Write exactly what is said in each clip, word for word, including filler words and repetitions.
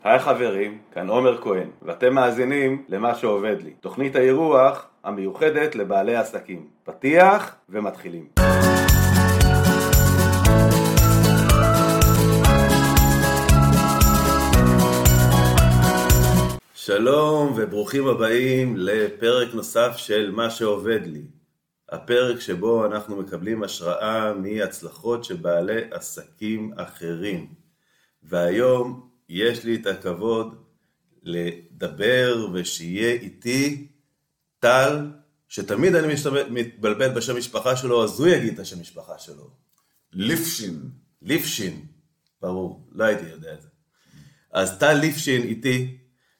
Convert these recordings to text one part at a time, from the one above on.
היי חברים, כאן עומר כהן, ואתם מאזינים למה שעובד לי, תוכנית האירוח המיוחדת לבעלי עסקים. פתיח ומתחילים. שלום וברוכים הבאים לפרק נוסף של מה שעובד לי. הפרק שבו אנחנו מקבלים השראה מהצלחות של בעלי עסקים אחרים. והיום יש לי את הכבוד לדבר ושיהיה איתי טל, שתמיד אני מתבלבל בשם משפחה שלו, אז הוא יגיד את השם משפחה שלו. ליפשין. ליפשין, ברור, לא הייתי יודע את זה. אז טל ליפשין איתי,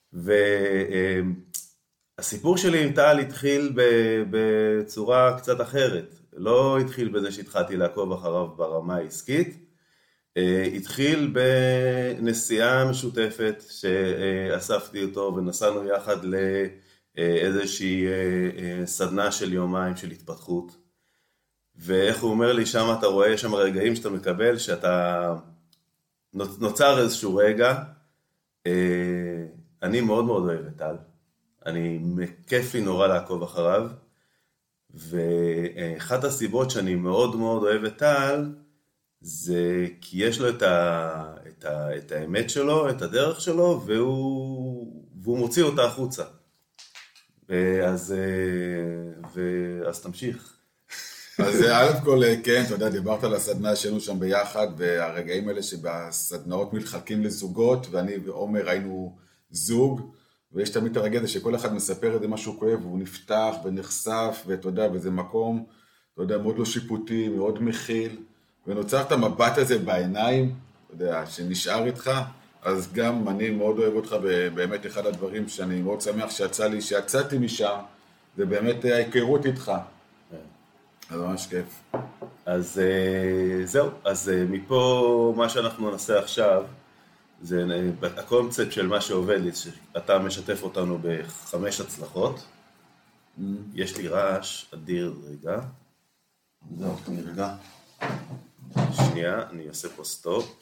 והסיפור שלי עם טל התחיל בצורה קצת אחרת. לא התחיל בזה שהתחלתי לעקוב אחריו ברמה העסקית, התחיל בנסיעה משותפת שאספתי אותו ונסענו יחד לאיזושהי סדנה של יומיים של התפתחות. ואיך הוא אומר לי, שם אתה רואה, שם רגעים שאתה מקבל, שאתה נוצר איזשהו רגע. אני מאוד מאוד אוהב את טל, אני כיף לי נורא לעקוב אחריו, ואחת הסיבות שאני מאוד מאוד אוהב את טל, זה כי יש לו את, ה, את, ה, את האמת שלו, את הדרך שלו, והוא, והוא מוציא אותה החוצה. אז, ואז תמשיך. אז א' כל, כן, אתה יודע, דיברת על הסדנה שהיינו שם ביחד, והרגעים האלה שבסדנאות מתחלקים לזוגות, ואני ועומר היינו זוג, ויש תמיד הרגע הזה שכל אחד מספר את זה משהו כואב, והוא נפתח ונחשף, ואתה יודע, וזה מקום, אתה יודע, מאוד לא שיפוטי, מאוד מכיל, ונוצר את המבט הזה בעיניים, אתה יודע, שנשאר איתך, אז גם אני מאוד אוהב אותך, ובאמת אחד הדברים שאני מאוד שמח שיצא לי, שיצאתי משם, זה באמת ההיכרות איתך. אז ממש כיף. אז זהו, אז מפה מה שאנחנו נעשה עכשיו, זה הקונספט של מה שעובד לי, שאתה משתף אותנו בחמש הצלחות. יש לי רעש אדיר, רגע. זהו, נרגע. שנייה, אני אעשה פה סטופ.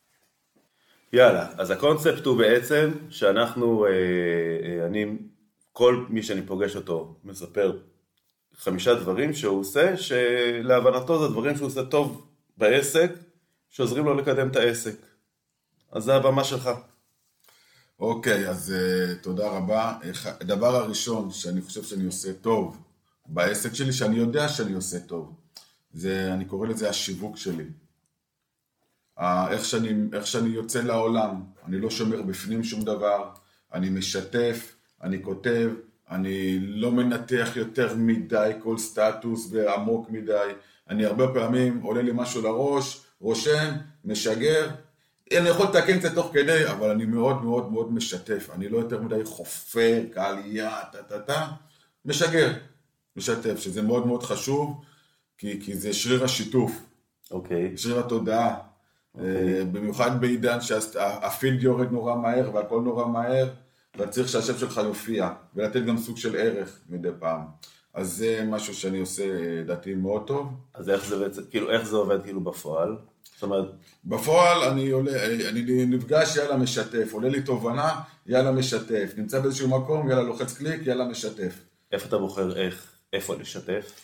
יאללה, אז הקונספט הוא בעצם שאנחנו, אני, כל מי שאני פוגש אותו מספר חמישה דברים שהוא עושה, שלהבנתו זה דברים שהוא עושה טוב בעסק, שעוזרים לו לקדם את העסק. אז זה הבמה שלך. אוקיי, אז uh, תודה רבה. הדבר הראשון שאני חושב שאני עושה טוב בעסק שלי, שאני יודע שאני עושה טוב, זה, אני קורא לזה השיווק שלי. Uh, איך, שאני, איך שאני יוצא לעולם, אני לא שומר בפנים שום דבר, אני משתף, אני כותב, אני לא מנתח יותר מדי כל סטטוס ועמוק מדי, אני הרבה פעמים עולה לי משהו לראש, רושם, משגר, אני יכול לתקן את זה תוך כדי, אבל אני מאוד מאוד מאוד משתף, אני לא יותר מדי חופר, קהלייה, טה-טה-טה, משגר, משתף, שזה מאוד מאוד חשוב, כי, כי זה שריר השיתוף, אוקיי. שריר התודעה, אוקיי. במיוחד בעידן שהפילד יורד נורא מהר והכל נורא מהר, ואתה צריך שהשם שלך יופיע, ולתת גם סוג של ערך מדי פעם. אז זה משהו שאני עושה דעתי מאוד טוב. אז איך זה, כאילו, איך זה עובד כאילו בפועל? זאת אומרת... בפועל אני, עולה, אני נפגש, יאללה משתף, עולה לי תובנה, יאללה משתף, נמצא באיזשהו מקום, יאללה לוחץ קליק, יאללה משתף. איפה אתה בוחר איך, איפה לשתף?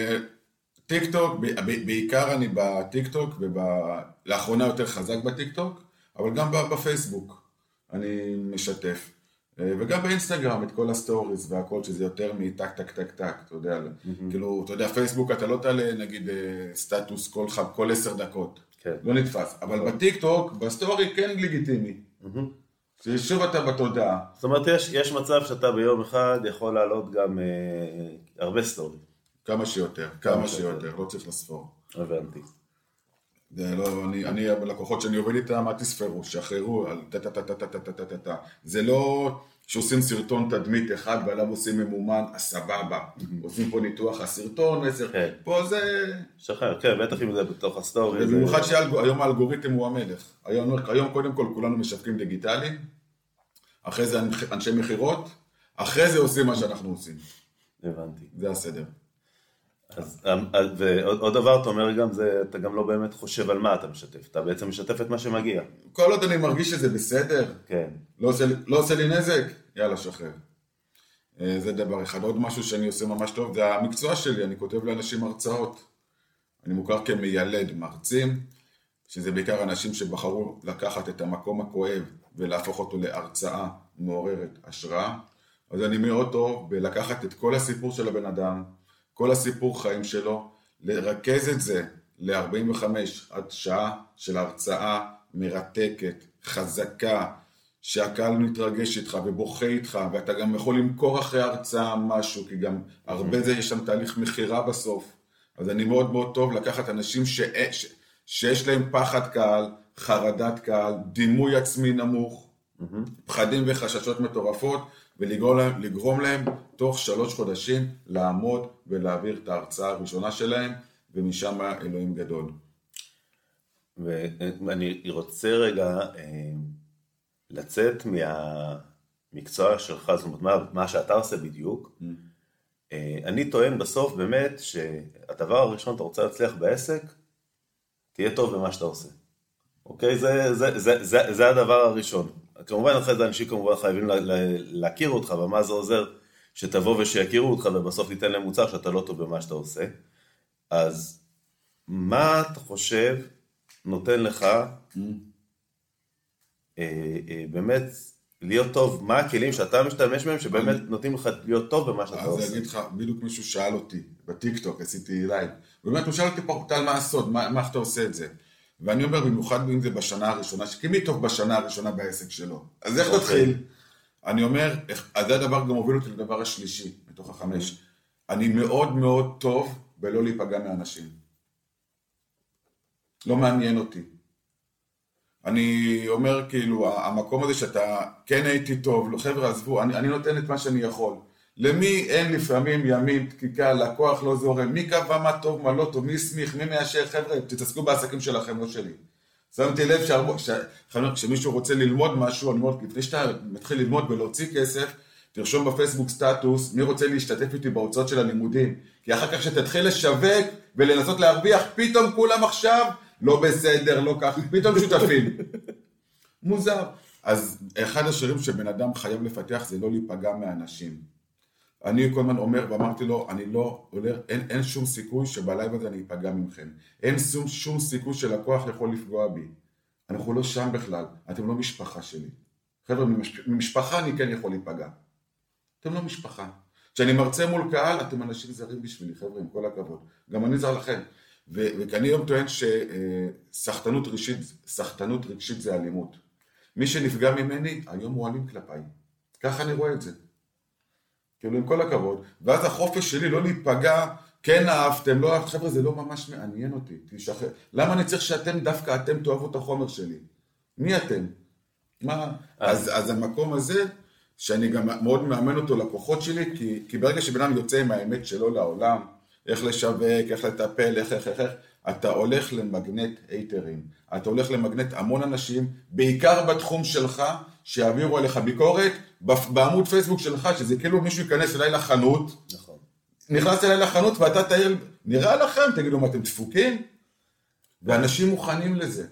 טיק טוק, בעיקר אני בטיק טוק, ולאחרונה יותר חזק בטיק טוק, אבל גם בפייסבוק אני משתף. וגם באינסטגרם את כל הסטוריז והכל, שזה יותר מטק טק טק טק, אתה יודע, כאילו, אתה יודע, פייסבוק אתה לא תעלה, נגיד, סטטוס כל, כל עשר דקות, לא נתפס, אבל בטיק טוק, בסטורי כן לגיטימי, ששוב אתה בתודעה. זאת אומרת, יש מצב שאתה ביום אחד יכול לעלות גם הרבה סטורי. כמה שיותר, כמה שיותר, לא צריך לספור. הבנתי. זה לא, אני, אני, הלקוחות שאני עובד איתם, מה תספרו, שחררו על טה-טה-טה-טה-טה-טה-טה. זה לא שעושים סרטון תדמית אחד ועליו עושים ממומן, הסבבה. עושים פה ניתוח הסרטון, פה זה... שחרר, כן, בטח אם זה בתוך הסטורי. במיוחד שהיום האלגוריתם הוא המלך. היום קודם כל כולנו משווקים דיגיטליים, אחרי זה אנשי מחירות, אחרי זה עושים מה שאנחנו עושים. הבנתי. זה הסדר. אז, ועוד דבר, אתה אומר גם, זה, אתה גם לא באמת חושב על מה אתה משתף, אתה בעצם משתף את מה שמגיע. כל עוד אני מרגיש שזה בסדר, כן. לא עושה, לא עושה לי נזק, יאללה, שחרר. זה דבר אחד. עוד משהו שאני עושה ממש טוב, זה המקצוע שלי, אני כותב לאנשים הרצאות. אני מוכר כמיילד מרצים, שזה בעיקר אנשים שבחרו לקחת את המקום הכואב ולהפוך אותו להרצאה מעוררת השראה. אז אני מאוד טוב בלקחת את כל הסיפור של הבן אדם, כל הסיפור חיים שלו, לרכז את זה ל-ארבעים וחמש עד שעה של הרצאה מרתקת, חזקה, שהקהל מתרגש איתך ובוכה איתך, ואתה גם יכול למכור אחרי הרצאה משהו, כי גם הרבה זה יש שם תהליך מחירה בסוף. אז אני מאוד מאוד טוב לקחת אנשים ש... ש... שיש להם פחד קהל, חרדת קהל, דימוי עצמי נמוך, פחדים וחששות מטורפות, ולגרום להם, לגרום להם תוך שלוש חודשים לעמוד ולהעביר את ההרצאה הראשונה שלהם, ומשם אלוהים גדול. ואני רוצה רגע לצאת מהמקצוע שלך, זאת אומרת, מה, מה שאתה עושה בדיוק. אני טוען בסוף באמת שהדבר הראשון, אתה רוצה להצליח בעסק, תהיה טוב במה שאתה עושה. אוקיי? זה, זה, זה, זה, זה הדבר הראשון. כמובן, אחרי זה אנשים כמובן חייבים לה, לה, להכיר אותך, ומה זה עוזר שתבוא ושיכירו אותך, ובסוף תיתן להם מוצר שאתה לא טוב במה שאתה עושה. אז מה אתה חושב נותן לך mm. אה, אה, באמת להיות טוב? מה הכלים שאתה משתמש בהם שבאמת אני... נותנים לך להיות טוב במה שאתה עושה? אז אני אגיד לך, בדיוק מישהו שאל אותי, בטיקטוק עשיתי לייב, באמת הוא שאל אותי פורטל מה הסוד, מה, מה אתה עושה את זה? ואני אומר במיוחד אם זה בשנה הראשונה, כי מי טוב בשנה הראשונה בעסק שלו? אז איך תתחיל? אני אומר, אז זה הדבר גם מוביל אותי לדבר השלישי, מתוך החמש. אני מאוד מאוד טוב בלא להיפגע מאנשים. לא מעניין אותי. אני אומר כאילו, המקום הזה שאתה כן הייתי טוב, לא חבר'ה עזבו, אני, אני נותן את מה שאני יכול. למי אין לפעמים ימים, דקיקה, לקוח לא זורם, מי קבע מה טוב, מה לא טוב, מי סמיך, מי מאשר, חבר'ה, תתעסקו בעסקים שלכם, לא שלי. שמתי לב שהרבה, כשמישהו רוצה ללמוד משהו, אני אומר, לפני שאתה מתחיל ללמוד ולהוציא כסף, תרשום בפייסבוק סטטוס, מי רוצה להשתתף איתי בהוצאות של הלימודים, כי אחר כך שתתחיל לשווק ולנסות להרוויח, פתאום כולם עכשיו, לא בסדר, לא כך, פתאום שותפים. מוזר. אז אחד השירים שבן אדם חייב לפתח זה לא להיפגע מאנשים. אני כל הזמן אומר ואמרתי לו, אני לא הולך, אין, אין שום סיכוי שבלייב הזה אני אפגע ממכם. אין שום, שום סיכוי שלקוח יכול לפגוע בי. אנחנו לא שם בכלל, אתם לא משפחה שלי. חבר'ה, ממשפחה אני כן יכול להיפגע. אתם לא משפחה. כשאני מרצה מול קהל, אתם אנשים זרים בשבילי, חבר'ה, עם כל הכבוד. גם אני זר לכם. וכאני היום טוען שסחטנות רגשית, סחטנות רגשית זה אלימות. מי שנפגע ממני, היום הוא אלים כלפיי. ככה אני רואה את זה. כאילו עם כל הכבוד. ואז החופש שלי לא להיפגע, כן אהבתם, לא אהבת, חבר'ה, זה לא ממש מעניין אותי. תשחרר. למה אני צריך שאתם, דווקא אתם תאהבו את החומר שלי? מי אתם? מה? אז, אז המקום הזה, שאני גם מאוד מאמן אותו לקוחות שלי, כי, כי ברגע שבנם יוצא עם האמת שלו לעולם, איך לשווק, איך לטפל, איך, איך, איך, איך, אתה הולך למגנט הייטרים, אתה הולך למגנט המון אנשים, בעיקר בתחום שלך, שיעבירו עליך ביקורת, בעמוד פייסבוק שלך, שזה כאילו מישהו ייכנס אליי לחנות, נכון. נכנס אליי לחנות ואתה תאיר, נראה לכם, תגידו מה אתם דפוקים, ואנשים מוכנים לזה.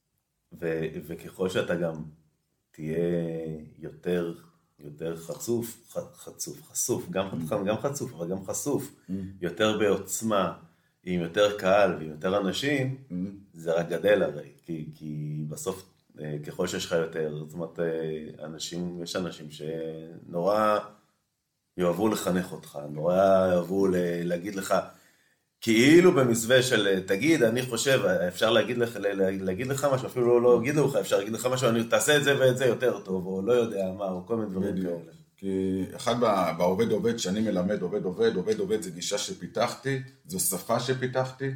ו- וככל שאתה גם תהיה יותר... יותר חצוף, חצוף, חשוף, גם, גם חצוף, אבל גם חשוף, יותר בעוצמה, עם יותר קהל ועם יותר אנשים, זה רק גדל הרי, כי, כי בסוף, ככל שיש לך יותר, זאת אומרת, אנשים, יש אנשים שנורא יאהבו לחנך אותך, נורא יאהבו להגיד לך, כאילו במסווה של, תגיד, אני חושב, אפשר להגיד לך, להגיד לך משהו, אפילו לא, לא יגידו לך, אפשר להגיד לך משהו, אני תעשה את זה ואת זה יותר טוב, או לא יודע מה, או כל מיני דברים כאלה. כי אחד בעובד עובד, שאני מלמד עובד עובד, עובד עובד, זה גישה שפיתחתי, זו שפה שפיתחתי,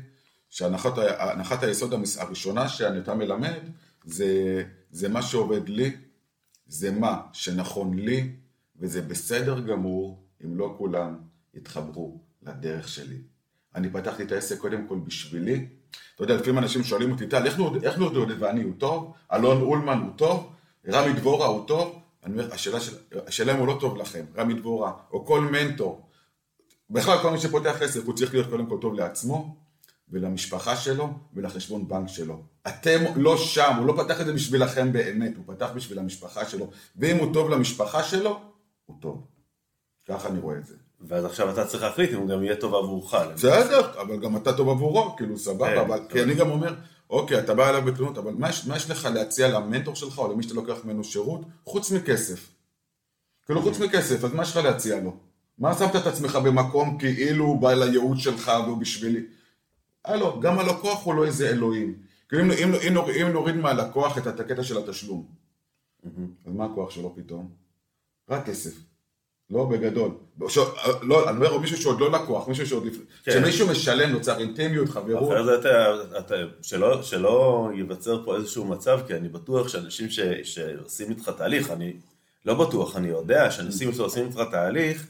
שהנחת היסוד הראשונה שאני אותה מלמד, זה, זה מה שעובד לי, זה מה שנכון לי, וזה בסדר גמור, אם לא כולם יתחברו לדרך שלי. אני פתחתי את העסק קודם כל בשבילי. אתה יודע, לפעמים אנשים שואלים אותי, טל, איך נודד ואני הוא טוב? אלון אולמן הוא טוב? רמי דבורה הוא טוב? אני אומר, השאלה, של, השאלה אם הוא לא טוב לכם, רמי דבורה, או כל מנטור. בכלל כל מי שפותח עסק הוא צריך להיות קודם כל טוב לעצמו ולמשפחה שלו ולחשבון בנק שלו. אתם לא שם, הוא לא פתח את זה בשבילכם באמת, הוא פתח בשביל המשפחה שלו, ואם הוא טוב למשפחה שלו, הוא טוב. ככה אני רואה את זה. ואז עכשיו אתה צריך להחליט אם הוא גם יהיה טוב עבורך. בסדר, אבל גם אתה טוב עבורו, כאילו סבבה, אבל כי אני גם אומר, אוקיי, אתה בא אליו בתלונות, אבל מה יש, מה יש לך להציע למנטור שלך או למי שאתה לוקח ממנו שירות, חוץ מכסף? כאילו חוץ מכסף, אז מה יש לך להציע לו? מה שמת את עצמך במקום כאילו הוא בא לייעוד שלך והוא בשבילי? הלו, גם הלקוח הוא לא איזה אלוהים. כאילו אם, אם, אם, אם נוריד מהלקוח את הקטע של התשלום, אז מה הכוח שלו פתאום? רק כסף. לא בגדול. ש... לא, אני אומר, מישהו שעוד לא לקוח, מישהו שעוד לפני. כן. שמישהו משלם, נוצר אינטימיות, חברות. אחרי זה אתה, אתה, שלא, שלא ייווצר פה איזשהו מצב, כי אני בטוח שאנשים ש, שעושים איתך תהליך, אני לא בטוח, אני יודע שאנשים שעושים איתך תהליך,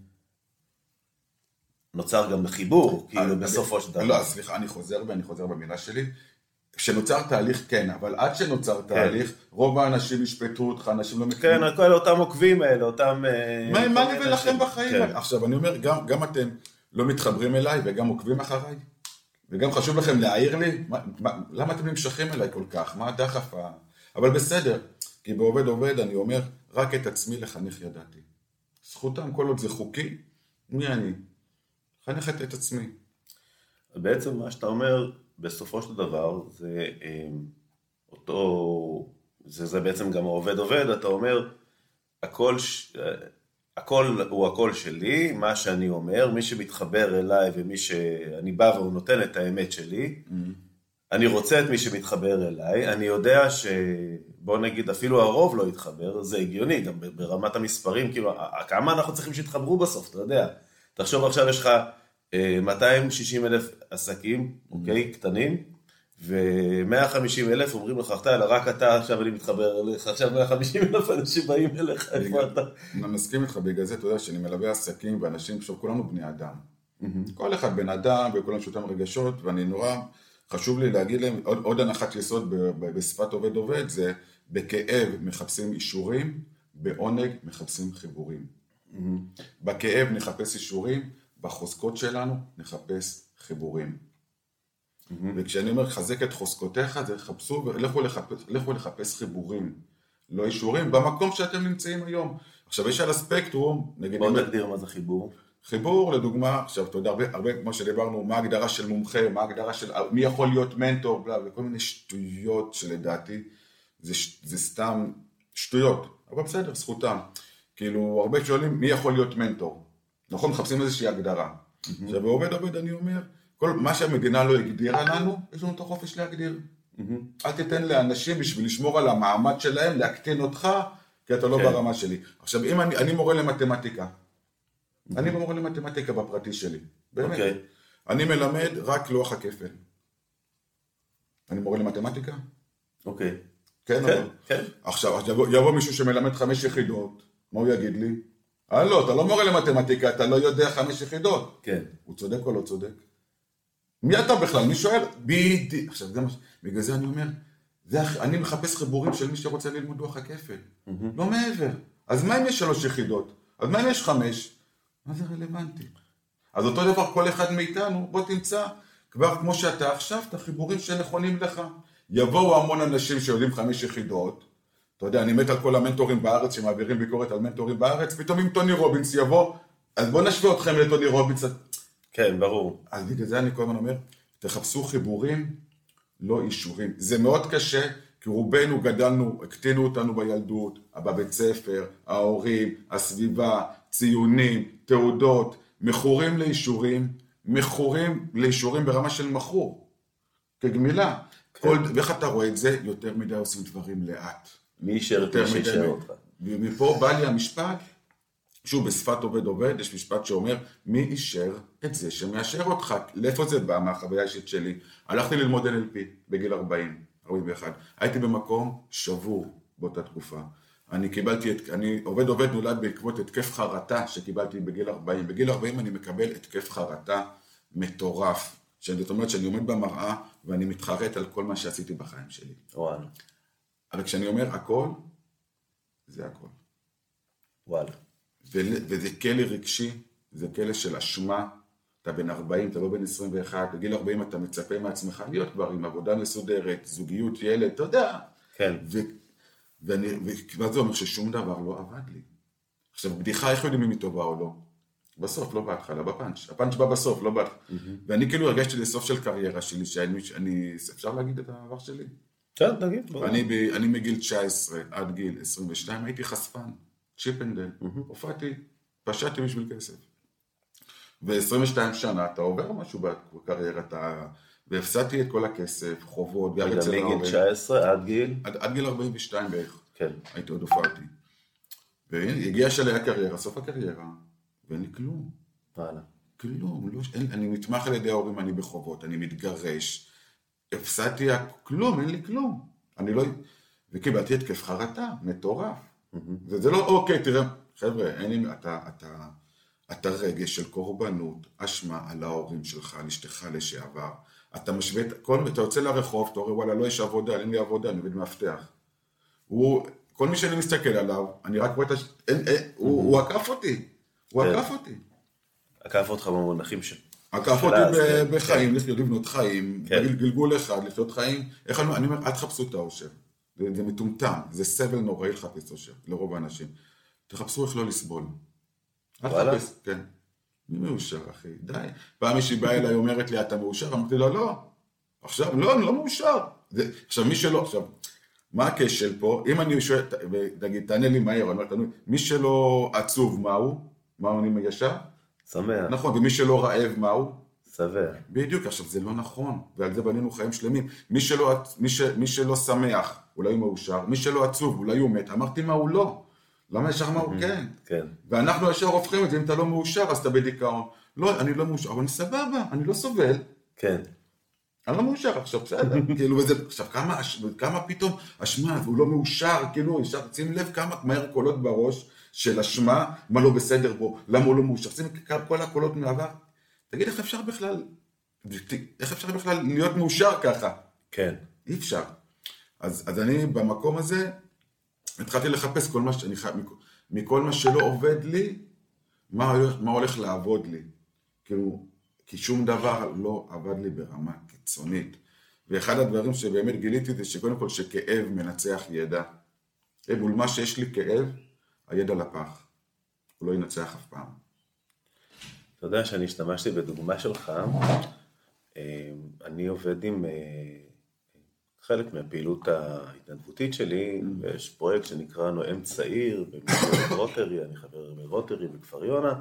נוצר גם בחיבור, כאילו בסופו של דבר. לא, סליחה, אני חוזר ואני חוזר במילה שלי. כשנוצר תהליך כן, אבל עד שנוצר תהליך, רוב האנשים ישפטו אותך, אנשים לא מכירים. כן, כל אותם עוקבים האלה, אותם... מה נביא לכם בחיים? עכשיו, אני אומר, גם אתם לא מתחברים אליי וגם עוקבים אחריי, וגם חשוב לכם להעיר לי, למה אתם נמשכים אליי כל כך? מה הדחף? אבל בסדר, כי בעובד עובד אני אומר, רק את עצמי לחנך ידעתי. זכותם, כל עוד זה חוקי, מי אני? חנך את עצמי. בעצם מה שאתה אומר, בסופו של דבר, זה אותו, זה, זה בעצם גם העובד עובד, אתה אומר, הכל, הכל הוא הכל שלי, מה שאני אומר, מי שמתחבר אליי ומי שאני בא והוא נותן את האמת שלי, mm-hmm. אני רוצה את מי שמתחבר אליי, אני יודע שבוא נגיד אפילו הרוב לא יתחבר, זה הגיוני, גם ברמת המספרים, כאילו, כמה אנחנו צריכים שיתחברו בסוף, אתה יודע, תחשוב עכשיו יש לך מאתיים ושישים אלף עסקים, אוקיי, קטנים, ו-מאה וחמישים אלף אומרים לך, אלא רק אתה, עכשיו אני מתחבר אליך, עכשיו מאה וחמישים אלף אנשים באים אליך, איפה אתה? אני מסכים איתך, בגלל זה אתה יודע שאני מלווה עסקים ואנשים, עכשיו כולנו בני אדם. כל אחד בן אדם וכולם שותם רגשות, ואני נורא, חשוב לי להגיד להם, עוד הנחת יסוד בשפת עובד עובד, זה בכאב מחפשים אישורים, בעונג מחפשים חיבורים. בכאב נחפש אישורים, בחוזקות שלנו נחפש חיבורים. Mm-hmm. וכשאני אומר חזק את חוזקותיך, זה חפשו ולכו לחפש, לכו לחפש חיבורים, לא אישורים, במקום שאתם נמצאים היום. עכשיו יש על הספקטרום, נגיד... בוא נגדיר מה זה חיבור. חיבור, לדוגמה, עכשיו אתה יודע, הרבה, הרבה כמו שדיברנו, מה ההגדרה של מומחה, מה ההגדרה של מי יכול להיות מנטור, בלה, וכל מיני שטויות שלדעתי, זה, זה סתם שטויות, אבל בסדר, זכותם. כאילו, הרבה שואלים, מי יכול להיות מנטור? נכון, מחפשים איזושהי הגדרה. עכשיו, בעובד עובד אני אומר, כל מה שהמדינה לא הגדירה לנו, יש לנו את החופש להגדיר. אל תיתן לאנשים בשביל לשמור על המעמד שלהם, להקטין אותך, כי אתה לא ברמה שלי. עכשיו, אם אני, אני מורה למתמטיקה, אני מורה למתמטיקה בפרטי שלי, באמת. אני מלמד רק לוח הכפל. אני מורה למתמטיקה? אוקיי. כן, כן. עכשיו, יבוא מישהו שמלמד חמש יחידות, מה הוא יגיד לי? אה לא, אתה לא מורה למתמטיקה, אתה לא יודע חמש יחידות. כן. הוא צודק או לא צודק? מי אתה בכלל? מי שואל? בידי. עכשיו, זה מה... בגלל זה אני אומר, זה... אני מחפש חיבורים של מי שרוצה ללמוד לוח הכפל. Mm-hmm. לא מעבר. אז מה אם יש שלוש יחידות? אז מה אם יש חמש? מה זה רלוונטי? אז אותו דבר כל אחד מאיתנו, בוא תמצא, כבר כמו שאתה עכשיו, את החיבורים שנכונים לך. יבואו המון אנשים שיודעים חמש יחידות, אתה יודע, אני מת על כל המנטורים בארץ שמעבירים ביקורת על מנטורים בארץ, פתאום אם טוני רובינס יבוא, אז בוא נשווה אתכם לטוני רובינס. כן, ברור. אז בגלל זה אני כל הזמן אומר, תחפשו חיבורים, לא אישורים. זה מאוד קשה, כי רובנו גדלנו, הקטינו אותנו בילדות, בבית ספר, ההורים, הסביבה, ציונים, תעודות, מכורים לאישורים, מכורים לאישורים ברמה של מכור, כגמילה. כל, ואיך אתה רואה את זה? יותר מדי עושים דברים לאט. מי אישר את מי שאישר אותך. ומפה בא לי המשפט, שוב בשפת עובד עובד, יש משפט שאומר, מי אישר את זה שמאשר אותך? לאיפה זה בא מהחוויה האישית שלי? הלכתי ללמוד אן אל פי בגיל ארבעים, ארבעים ואחת. הייתי במקום שבור באותה תקופה. אני קיבלתי, את, אני עובד עובד נולד בעקבות התקף חרטה שקיבלתי בגיל ארבעים. בגיל ארבעים אני מקבל התקף חרטה מטורף. זאת אומרת שאני עומד במראה ואני מתחרט על כל מה שעשיתי בחיים שלי. וואלה. אבל כשאני אומר הכל, זה הכל. וואלה. וזה כלי רגשי זה כלא של אשמה, אתה בן ארבעים, אתה לא בן עשרים ואחת, בגיל ארבעים אתה מצפה מעצמך להיות כבר עם עבודה מסודרת, זוגיות, ילד, אתה יודע. כן. ו... ואני, ומה זה אומר ששום דבר לא עבד לי. עכשיו, בדיחה, איך יודעים אם היא טובה או לא? בסוף, לא בהתחלה, בפאנץ'. הפאנץ' בא בסוף, לא בהתחלה. Mm-hmm. ואני כאילו הרגשתי לסוף של קריירה שלי, שאני, אני, אפשר להגיד את העבר שלי? כן, תגיד. אני, ב, אני מגיל תשע עשרה עד גיל עשרים ושתיים הייתי חשפן, צ'יפנדל, mm-hmm. הופעתי, פשעתי בשביל כסף. ו-עשרים ושתיים שנה אתה עובר משהו בקריירה, אתה... והפסדתי את כל הכסף, חובות, גר אצל ההורים. מגיל תשע עשרה עד גיל? עד, עד גיל ארבעים ושתיים בערך. כן. הייתי עוד הופעתי. והגיע שלי הקריירה, סוף הקריירה, ואין לי כלום. וואלה. כלום, לא, אין, אני נתמך על ידי ההורים, אני בחובות, אני מתגרש. הפסדתי כלום, אין לי כלום. אני לא... וקיבלתי התקף חרטה, מטורף. Mm-hmm. וזה לא, אוקיי, תראה, חבר'ה, אין לי... אתה... אתה אתה רגש של קורבנות, אשמה על ההורים שלך, על אשתך לשעבר. אתה משווה, כל, אתה יוצא לרחוב, אתה אומר, וואלה, לא יש עבודה, אין לי עבודה, אני עובד מאבטח. הוא, כל מי שאני מסתכל עליו, אני רק רואה את הש... אין, אין, הוא, הוא עקף אותי, הוא עקף אותי. עקף אותך במונחים של... עקף אותי בחיים, לבנות חיים, בגלגול אחד, לחיות חיים. איך אני, אני אומר, אל תחפשו את האושר. זה, זה מטומטם, זה סבל נוראי לחפש אושר, לרוב האנשים. תחפשו איך לא לסבול. וואלה? כן. מי מאושר, אחי? די. פעם מישהי באה אליי, אומרת לי, אתה מאושר? אמרתי לה, לא. עכשיו, לא, אני לא מאושר. זה, עכשיו, מי שלא, עכשיו, מה הכשל פה? אם אני שואל, תגיד, תענה לי מהר, אני אומר, מי שלא עצוב, מהו? מהו אני מיישר? שמח. נכון, ומי שלא רעב, מהו? שבע. בדיוק, עכשיו, זה לא נכון, ועל זה בנינו חיים שלמים. מי שלא, מי ש, מי שלא שמח, אולי הוא מאושר, מי שלא עצוב, אולי הוא מת. אמרתי מה הוא לא. למה ישר מה הוא כן? כן. ואנחנו ישר הופכים את זה, אם אתה לא מאושר, אז אתה בדיכאון. לא, אני לא מאושר, אבל אני סבבה, אני לא סובל. כן. אני לא מאושר עכשיו, בסדר. כאילו, וזה, עכשיו, כמה, כמה פתאום, אשמה, והוא לא מאושר, כאילו, ישר, שים לב כמה מהר קולות בראש של אשמה, מה לא בסדר בו, למה הוא לא מאושר. שים כל הקולות מעבר. תגיד, איך אפשר בכלל, איך אפשר בכלל להיות מאושר ככה? כן. אי אפשר. אז, אז אני במקום הזה, התחלתי לחפש כל מה שאני חייב, מכל מה שלא עובד לי, מה הולך, מה הולך לעבוד לי. כאילו, כי שום דבר לא עבד לי ברמה קיצונית. ואחד הדברים שבאמת גיליתי זה שקודם כל שכאב מנצח ידע. מול מה שיש לי כאב, הידע לפח. הוא לא ינצח אף פעם. אתה יודע שאני השתמשתי בדוגמה שלך, אני עובד עם חלק מהפעילות ההתנדבותית שלי, ויש פרויקט שנקרא נואם צעיר, במסגרת רוטרי, אני חבר ברוטרי בכפר יונה,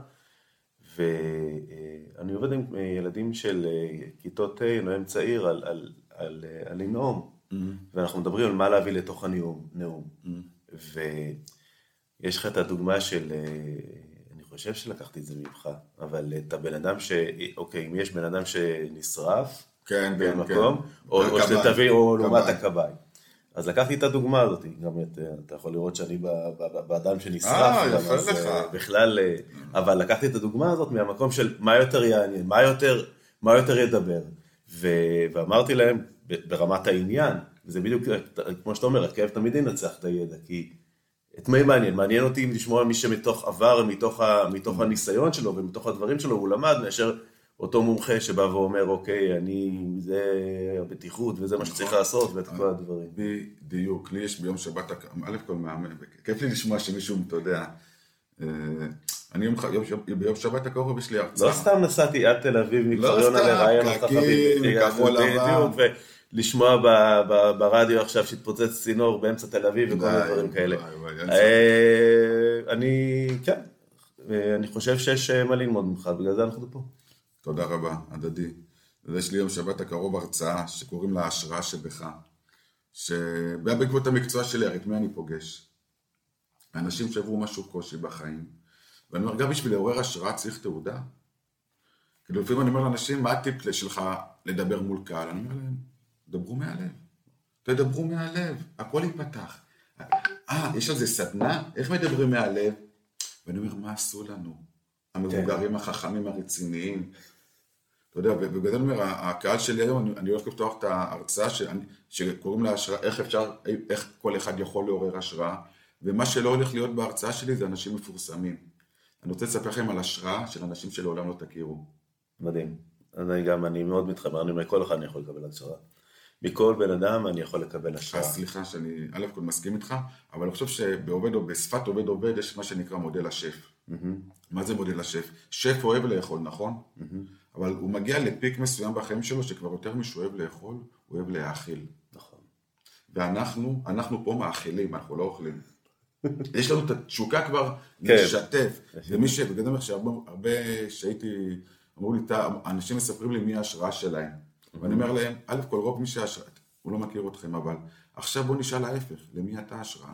ואני עובד עם ילדים של כיתות ה' נואם צעיר על, על, על, על לנאום, mm-hmm. ואנחנו מדברים על מה להביא לתוך הנאום, נאום. Mm-hmm. ויש לך את הדוגמה של, אני חושב שלקחתי את זה ממך, אבל את הבן אדם ש... אוקיי, אם יש בן אדם שנשרף, כן, במקום, כן. או, או שזה תביא, או לעומת הקביים. אז לקחתי את הדוגמה הזאת, גם את, אתה יכול לראות שאני באדם שנשרף, אה, יפה לך. בכלל, אבל לקחתי את הדוגמה הזאת מהמקום של מה יותר יעניין, מה יותר, מה יותר ידבר, ו, ואמרתי להם ברמת העניין, וזה בדיוק, כמו שאתה אומר, הכאב תמיד ינצח את הידע, כי את מי מעניין, מעניין אותי אם לשמוע מי שמתוך עבר, מתוך, ה, מתוך הניסיון שלו ומתוך הדברים שלו, הוא למד, מאשר אותו מומחה שבא ואומר, אוקיי, אני, זה הבטיחות, וזה מה שצריך לעשות, ואת כל הדברים. בדיוק, לי יש ביום שבת, א' כל מאמן, כיף לי לשמוע שמישהו, אתה יודע, אני ביום שבת הקרוב יש לי הרצאה. לא סתם נסעתי עד תל אביב, מכפר יונה לראיין אותך חביבי, לשמוע ברדיו עכשיו שהתפוצץ צינור באמצע תל אביב וכל הדברים כאלה. אני, כן, אני חושב שיש מה ללמוד ממך, בגלל זה אנחנו פה. תודה רבה, הדדי. יש לי יום שבת הקרוב הרצאה שקוראים לה ההשראה שבך, שבעקבות המקצוע שלי, הרי את מי אני פוגש? האנשים שעברו משהו קושי בחיים, ואני אומר, גם בשביל לעורר השראה צריך תעודה. כאילו לפעמים אני אומר לאנשים, מה הטיפ שלך לדבר מול קהל? אני אומר להם, דברו מהלב, תדברו מהלב, הכל ייפתח. אה, יש על זה סדנה? איך מדברים מהלב? ואני אומר, מה עשו לנו? המבוגרים החכמים הרציניים. אתה יודע, ובגלל זה אני אומר, הקהל שלי היום, אני הולך לפתוח את ההרצאה שקוראים לה השראה, איך אפשר, איך כל אחד יכול לעורר השראה, ומה שלא הולך להיות בהרצאה שלי זה אנשים מפורסמים. אני רוצה לספר לכם על השראה של אנשים שלעולם לא תכירו. מדהים. אני גם, אני מאוד מתחבר, אני אומר, כל אחד אני יכול לקבל השראה. מכל בן אדם אני יכול לקבל השראה. סליחה שאני, א' כל מסכים איתך, אבל אני חושב שבעובד או בשפת עובד עובד יש מה שנקרא מודל השף. מה זה מודל השף? שף אוהב לאכול, נכון? אבל הוא מגיע לפיק מסוים בחיים שלו, שכבר יותר משהו אוהב לאכול, הוא אוהב להאכיל. נכון. ואנחנו, אנחנו פה מאכילים, אנחנו לא אוכלים. יש לנו את התשוקה כבר לשתף. ומי שבגלל זה שהרבה שהייתי, אמרו לי, אנשים מספרים לי מי ההשראה שלהם. ואני אומר להם, א' כל רוב מי שההשראה, הוא לא מכיר אתכם, אבל עכשיו בוא נשאל ההפך, למי אתה ההשראה?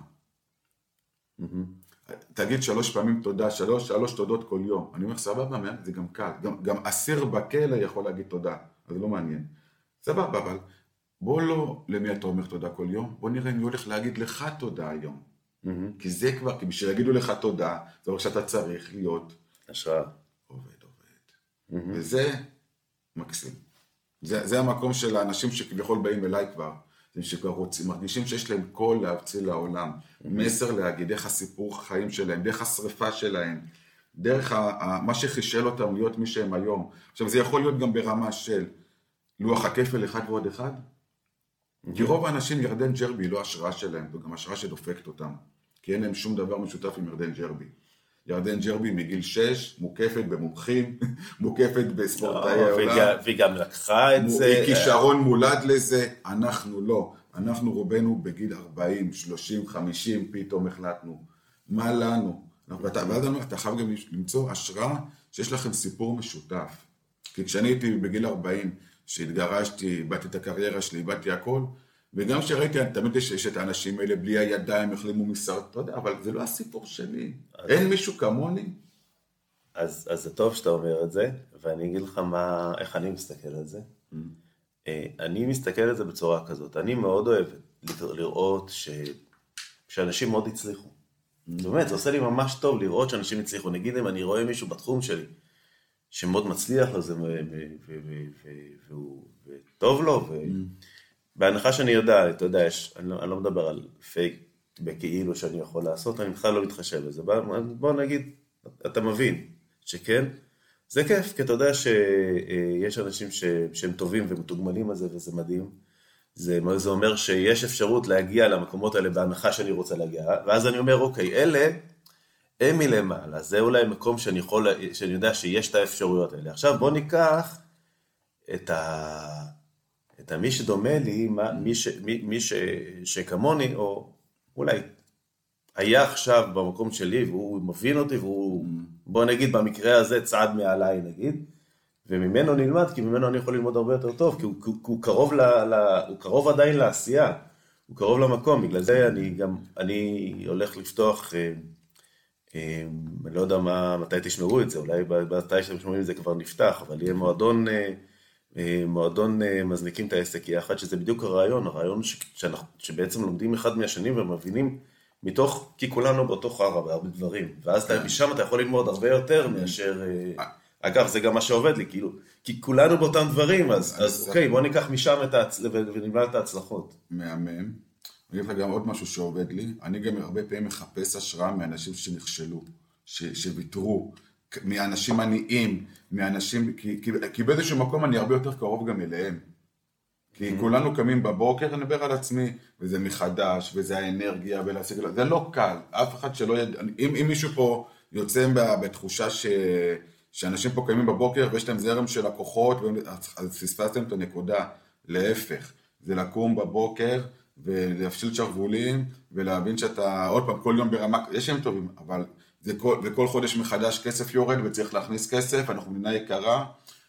תגיד שלוש פעמים תודה, שלוש, שלוש תודות כל יום. אני אומר, סבבה, זה גם קל. גם, גם אסיר בכלא יכול להגיד תודה, אז זה לא מעניין. סבבה, אבל בוא לא למי אתה אומר תודה כל יום, בוא נראה מי הולך להגיד לך תודה היום. כי זה כבר, כי בשביל להגידו לך תודה, זה אומר שאתה צריך להיות השראה. עובד, עובד. וזה מקסים. זה, זה המקום של האנשים שכביכול באים אליי כבר, שכבר רוצים, מרגישים שיש להם קול להבציל לעולם, מסר להגיד, דרך הסיפור חיים שלהם, דרך השריפה שלהם, דרך ה, ה, מה שחישל אותם להיות מי שהם היום. עכשיו זה יכול להיות גם ברמה של לוח הכפל אחד ועוד אחד, כי רוב האנשים ירדן ג'רבי לא השראה שלהם, זו גם השראה שדופקת אותם, כי אין להם שום דבר משותף עם ירדן ג'רבי. ירדן ג'רבי מגיל שש, מוקפת במומחים, מוקפת בספורטאי העולם. והיא גם לקחה את זה. היא כישרון מולד לזה, אנחנו לא. אנחנו רובנו בגיל ארבעים, שלושים, חמישים, פתאום החלטנו. מה לנו? ואז אני אומר, אתה חייב גם למצוא השראה שיש לכם סיפור משותף. כי כשאני הייתי בגיל ארבעים, שהתגרשתי, איבדתי את הקריירה שלי, איבדתי הכל, וגם שראיתי, תמיד יש את האנשים האלה בלי הידיים, החלימו מסרטן, אבל זה לא הסיפור שלי. אין מישהו כמוני. אז, אז זה טוב שאתה אומר את זה, ואני אגיד לך מה, איך אני מסתכל על זה. אני מסתכל על זה בצורה כזאת. אני מאוד אוהב לראות ש... שאנשים מאוד הצליחו. באמת, זה עושה לי ממש טוב לראות שאנשים הצליחו. נגיד אם אני רואה מישהו בתחום שלי, שמאוד מצליח לזה, והוא טוב לו, בהנחה שאני יודע, אתה יודע, אני לא מדבר על פייק בכאילו שאני יכול לעשות, אני בכלל לא מתחשב בזה. בוא נגיד, אתה מבין שכן, זה כיף, כי אתה יודע שיש אנשים שהם טובים ומתוגמלים על זה, וזה מדהים. זה אומר שיש אפשרות להגיע למקומות האלה בהנחה שאני רוצה להגיע, ואז אני אומר, אוקיי, אלה הם מלמעלה, זה אולי מקום שאני יכול, שאני יודע שיש את האפשרויות האלה. עכשיו בוא ניקח את ה... את מי שדומה לי, מי, ש, מי, מי ש, שכמוני, או אולי היה עכשיו במקום שלי, והוא מבין אותי, והוא, בוא נגיד, במקרה הזה צעד מעליי, נגיד, וממנו נלמד, כי ממנו אני יכול ללמוד הרבה יותר טוב, כי הוא, הוא, הוא, קרוב, ל, ל, הוא קרוב עדיין לעשייה, הוא קרוב למקום, בגלל זה אני גם, אני הולך לפתוח, אה, אה, אני לא יודע מה, מתי תשמעו את זה, אולי מתי שאתם שומעים את זה כבר נפתח, אבל יהיה מועדון, אה, מועדון מזניקים את העסק יחד, שזה בדיוק הרעיון, הרעיון שאנחנו, שבעצם לומדים אחד מהשנים ומבינים מתוך, כי כולנו באותו חרא בהרבה דברים, ואז אתה, משם אתה יכול ללמוד הרבה יותר מאשר, אגב זה גם מה שעובד לי, כאילו, כי כולנו באותם דברים, אז, אז אוקיי, בוא ניקח משם את ההצ... ונלמד את ההצלחות. מהמם. אני אגיד לך גם עוד משהו שעובד לי, אני גם הרבה פעמים מחפש השראה מאנשים שנכשלו, ש... שוויתרו, מאנשים עניים, מאנשים, כי, כי, כי באיזשהו מקום אני הרבה יותר קרוב גם אליהם. כי mm-hmm. כולנו קמים בבוקר, אני מדבר על עצמי, וזה מחדש, וזה האנרגיה, ולהשיג, זה לא קל, אף אחד שלא יד... אם, אם מישהו פה יוצא בתחושה ש... שאנשים פה קמים בבוקר, ויש להם זרם של לקוחות, אז פספסתם את הנקודה, להפך, זה לקום בבוקר, ולהפשיל שרוולים, ולהבין שאתה עוד פעם כל יום ברמה, יש שהם טובים, אבל זה כל, וכל חודש מחדש כסף יורד, וצריך להכניס כסף, אנחנו מדינה יקרה,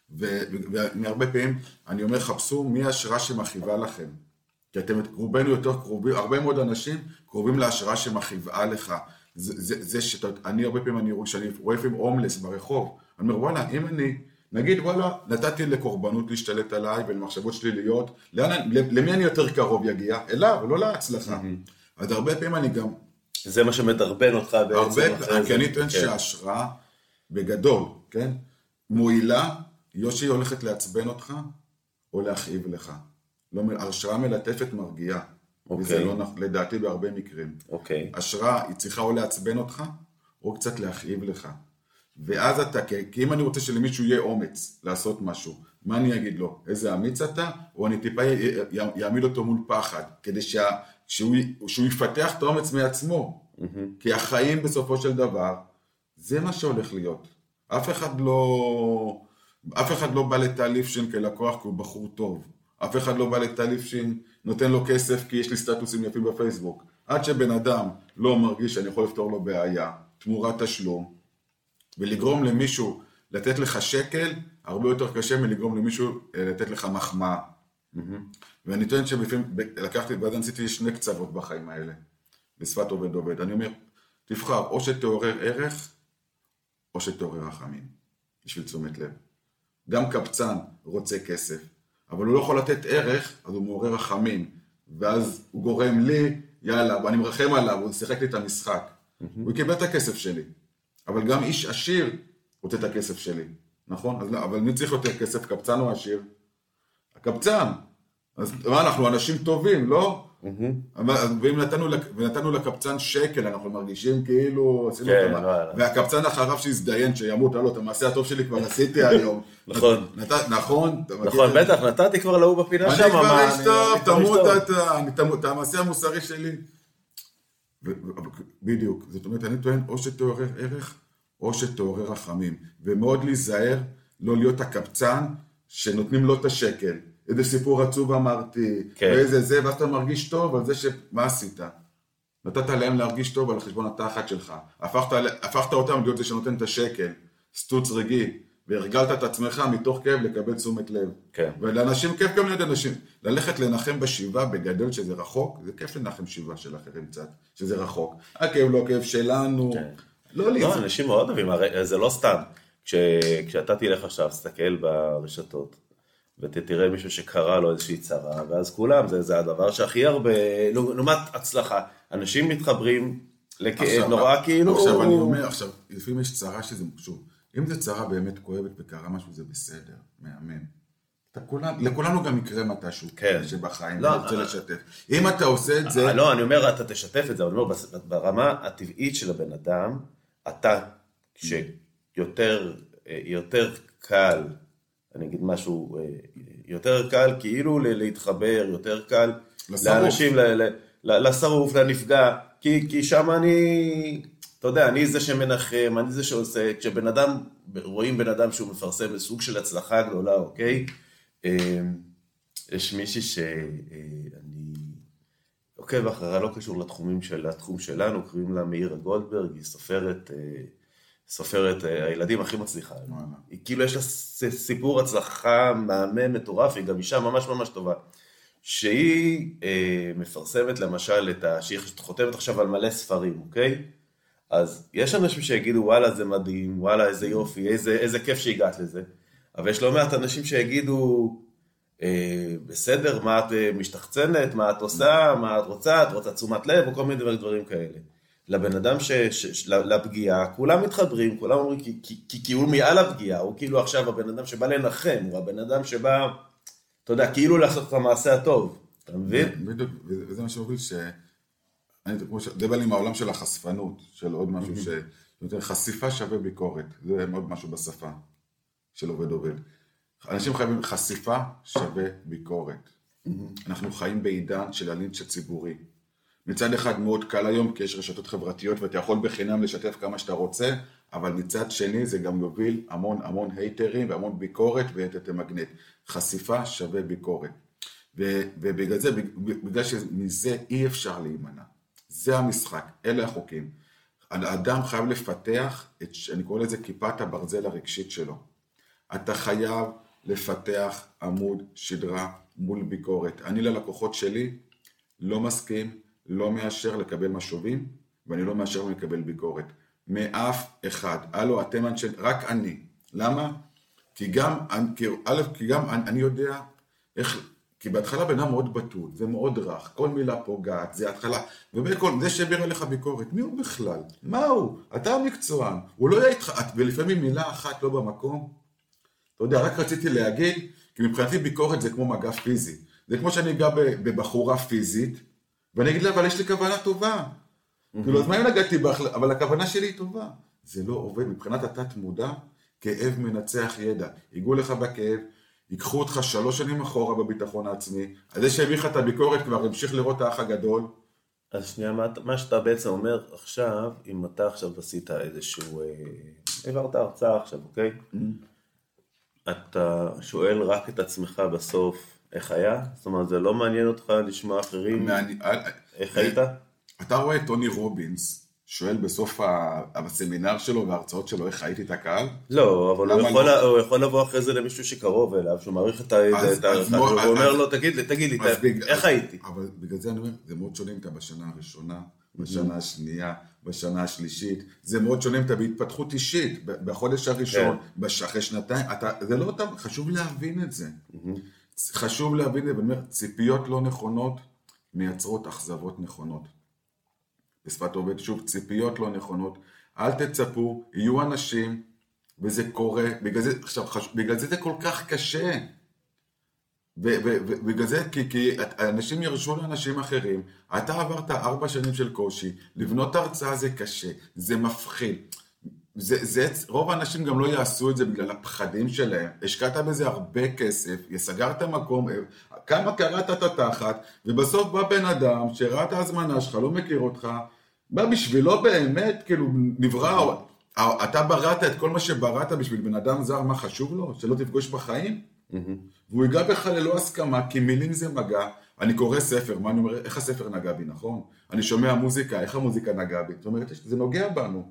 ומהרבה פעמים אני אומר, חפשו מי ההשראה שמכיבה לכם, כי אתם רובנו יותר קרובים, הרבה מאוד אנשים קרובים להשראה שמכיבה לך, זה, זה, זה שאתה, אני הרבה פעמים אני רואה, שאני רואה פעמים הומלס ברחוב, אני אומר, וואלה, אם אני, נגיד, וואלה, נתתי לקורבנות להשתלט עליי, ולמחשבות שלי להיות, לאן, למי אני יותר קרוב יגיע? אליו, לא להצלחה. אז הרבה פעמים אני גם, זה מה שמדרבן אותך בעצם. הרבה, כי אני טוען שההשראה בגדול, כן? מועילה, יושי הולכת לעצבן אותך, או להכאיב לך. לא, השראה מלטפת מרגיעה. וזה לא לדעתי בהרבה מקרים. השראה היא צריכה או לעצבן אותך, או קצת להכאיב לך. ואז אתה, כי אם אני רוצה שלמישהו יהיה אומץ לעשות משהו, מה אני אגיד לו? איזה אמיץ אתה? או אני טיפה יעמיד אותו מול פחד, כדי שה, שהוא, שהוא יפתח את האומץ מעצמו. Mm-hmm. כי החיים בסופו של דבר, זה מה שהולך להיות. אף אחד לא, אף אחד לא בא לטליפשן כלקוח כי הוא בחור טוב. אף אחד לא בא לטליפשן, נותן לו כסף כי יש לי סטטוסים יפים בפייסבוק. עד שבן אדם לא מרגיש שאני יכול לפתור לו בעיה, תמורת תשלום, ולגרום למישהו לתת לך שקל, הרבה יותר קשה מלגרום למישהו לתת לך מחמאה. Mm-hmm. ואני טוען שבפעמים, לקחתי, ואז עשיתי שני קצוות בחיים האלה, בשפת עובד עובד. אני אומר, תבחר, או שתעורר ערך, או שתעורר רחמים, בשביל תשומת לב. גם קבצן רוצה כסף, אבל הוא לא יכול לתת ערך, אז הוא מעורר רחמים, ואז הוא גורם לי, יאללה, ואני מרחם עליו, הוא שיחק לי את המשחק. Mm-hmm. הוא קיבל את הכסף שלי. אבל גם איש עשיר רוצה את הכסף שלי, נכון? אז, אבל מי צריך יותר כסף, קבצן או עשיר? הקבצן. אז מה, אנחנו אנשים טובים, לא? Mm-hmm. ואם נתנו, ונתנו לקבצן שקל, אנחנו מרגישים כאילו... כן, לא, לא. והקבצן אחריו שהזדיין, שימות, הלו, את המעשה הטוב שלי כבר עשיתי היום. נכון. נת, נכון? נכון, בטח, נתתי כבר להוא בפינה שם. אני כבר אשתוב, תמות את המעשה המוסרי שלי. בדיוק, זאת אומרת, אני טוען או שתעורר ערך, או שתעורר רחמים, ומאוד להיזהר לא להיות הקבצן שנותנים לו את השקל. איזה סיפור עצוב אמרתי, כן. ואיזה זה, ואז אתה מרגיש טוב על זה שמה עשית? נתת להם להרגיש טוב על חשבון התחת שלך, הפכת, הפכת אותם להיות זה שנותן את השקל, סטוץ רגעי, והרגלת את עצמך מתוך כאב לקבל תשומת לב. כן. ולאנשים כיף גם ליד אנשים, ללכת לנחם בשבעה בגדול שזה רחוק, זה כיף לנחם שבעה של אחרים קצת, שזה רחוק. הכאב לא כאב שלנו. כן. לא, לא, אנשים מאוד אוהבים, זה לא סתם. כש, כשאתה תלך עכשיו, תסתכל ברשתות, ותראה מישהו שקרה לו איזושהי צרה, ואז כולם, זה, זה הדבר שהכי הרבה, לעומת הצלחה, אנשים מתחברים לכאב נורא כאילו... עכשיו אני אומר, עכשיו, לפעמים יש צרה שזה שוב, אם זה צרה באמת כואבת וקרה משהו, זה בסדר, מאמן. כולם, לכולנו גם יקרה מתישהו, כן. שבחיים, לא, אני רוצה לשתף. אם אתה עושה את זה... לא, אני אומר, אתה תשתף את זה, אבל אני אומר, ברמה הטבעית של הבן אדם, אתה, כשיותר יותר קל, אני אגיד משהו, יותר קל כאילו להתחבר, יותר קל לאנשים, לשרוף, לנפגע, כי, כי שם אני, אתה יודע, אני זה שמנחם, אני זה שעושה, כשבן אדם, רואים בן אדם שהוא מפרסם בסוג של הצלחה גדולה, אוקיי? יש מישהי שאני עוקב אחריה, לא קשור לתחומים של התחום שלנו, קוראים לה מאירה גולדברג, היא סופרת, סופרת הילדים הכי מצליחה. היא כאילו יש לה סיפור הצלחה מהמם מטורף, היא גם אישה ממש ממש טובה, שהיא מפרסמת למשל את ה... שהיא חותמת עכשיו על מלא ספרים, אוקיי? אז יש אנשים שיגידו, וואלה זה מדהים, וואלה איזה יופי, איזה, איזה כיף שהגעת לזה. אבל יש לא מעט אנשים שיגידו, אה, בסדר, מה את משתחצנת, מה את עושה, מה את רוצה, את רוצה תשומת לב, או כל מיני דברים כאלה. לבן אדם ש, ש, ש, לפגיעה, כולם מתחברים, כולם אומרים, כי, כי, כי, כי הוא מעל הפגיעה, הוא כאילו עכשיו הבן אדם שבא לנחם, הוא הבן אדם שבא, אתה יודע, כאילו לעשות את המעשה הטוב, אתה מבין? בדיוק, וזה מה שהוביל ש... זה בא לי מהעולם של החשפנות, של עוד משהו ש... חשיפה שווה ביקורת, זה מאוד משהו בשפה של עובד עובד. אנשים חייבים חשיפה שווה ביקורת. אנחנו חיים בעידן של הלינץ' הציבורי. מצד אחד מאוד קל היום, כי יש רשתות חברתיות, ואתה יכול בחינם לשתף כמה שאתה רוצה, אבל מצד שני זה גם יוביל המון המון הייטרים, והמון ביקורת, ואתה מגנט. חשיפה שווה ביקורת. ובגלל זה, בגלל שמזה אי אפשר להימנע. זה המשחק, אלה החוקים. האדם חייב לפתח, את, אני קורא לזה כיפת הברזל הרגשית שלו. אתה חייב לפתח עמוד שדרה מול ביקורת. אני ללקוחות שלי לא מסכים, לא מאשר לקבל משובים, ואני לא מאשר לקבל ביקורת. מאף אחד. הלו, אתם אנשי, רק אני. למה? כי גם, כי, א', כי גם אני, אני יודע איך... כי בהתחלה בן אדם מאוד בטול, זה מאוד רך, כל מילה פוגעת, זה התחלה, ובכל זה שביר עליך ביקורת, מי הוא בכלל? מה הוא? אתה המקצוען, הוא לא יהיה איתך, ולפעמים מילה אחת לא במקום, אתה יודע, רק רציתי להגיד, כי מבחינתי ביקורת זה כמו מגע פיזי, זה כמו שאני אגע בבחורה פיזית, ואני אגיד לה, אבל יש לי כוונה טובה, כאילו, אז מה אם נגעתי, אבל הכוונה שלי היא טובה, זה לא עובד. מבחינת התת מודע, כאב מנצח ידע. ייגעו לך בכאב, ייקחו אותך שלוש שנים אחורה בביטחון העצמי, אז זה שהביא לך את הביקורת כבר המשיך לראות את האח הגדול. אז שנייה, מה, מה שאתה בעצם אומר עכשיו, אם אתה עכשיו עשית איזשהו, אה, העברת הרצאה עכשיו, אוקיי? Mm-hmm. אתה שואל רק את עצמך בסוף, איך היה? זאת אומרת, זה לא מעניין אותך לשמוע אחרים? מעני... איך היית? אתה רואה את טוני רובינס, שואל בסוף הסמינר שלו וההרצאות שלו איך הייתי את הקהל? לא, אבל הוא יכול, לא? הוא יכול לבוא אחרי זה למישהו שקרוב אליו, שהוא מעריך את הערכה, הוא אומר לו, תגיד לי, תגיד לי, בג... איך הייתי? אבל בגלל זה אני אומר, זה מאוד שונה אם אתה בשנה הראשונה, בשנה השנייה, בשנה השלישית, זה מאוד שונה אם אתה בהתפתחות אישית, בחודש הראשון, כן. אחרי שנתיים, אתה, זה לא אותם, חשוב להבין את זה. חשוב להבין את זה, ואני אומר, ציפיות לא נכונות, מייצרות אכזבות נכונות. בשפת עובד, שוב, ציפיות לא נכונות, אל תצפו, יהיו אנשים, וזה קורה, בגלל זה, עכשיו, בגלל זה זה כל כך קשה, ובגלל זה, כי, כי אנשים ירשו לאנשים אחרים, אתה עברת ארבע שנים של קושי, לבנות הרצאה זה קשה, זה מפחיד, זה, זה, רוב האנשים גם לא יעשו את זה בגלל הפחדים שלהם, השקעת בזה הרבה כסף, יסגרת מקום, כמה קראת את התחת, ובסוף בא בן אדם שראה את ההזמנה שלך, לא מכיר אותך, בא בשבילו באמת, כאילו נברא, אתה בראת את כל מה שבראת בשביל בן אדם זר, מה חשוב לו? שלא תפגוש בחיים? והוא ייגע בך ללא הסכמה, כי מילים זה מגע, אני קורא ספר, מה אני אומר, איך הספר נגע בי, נכון? אני שומע מוזיקה, איך המוזיקה נגע בי? זאת אומרת, זה נוגע בנו.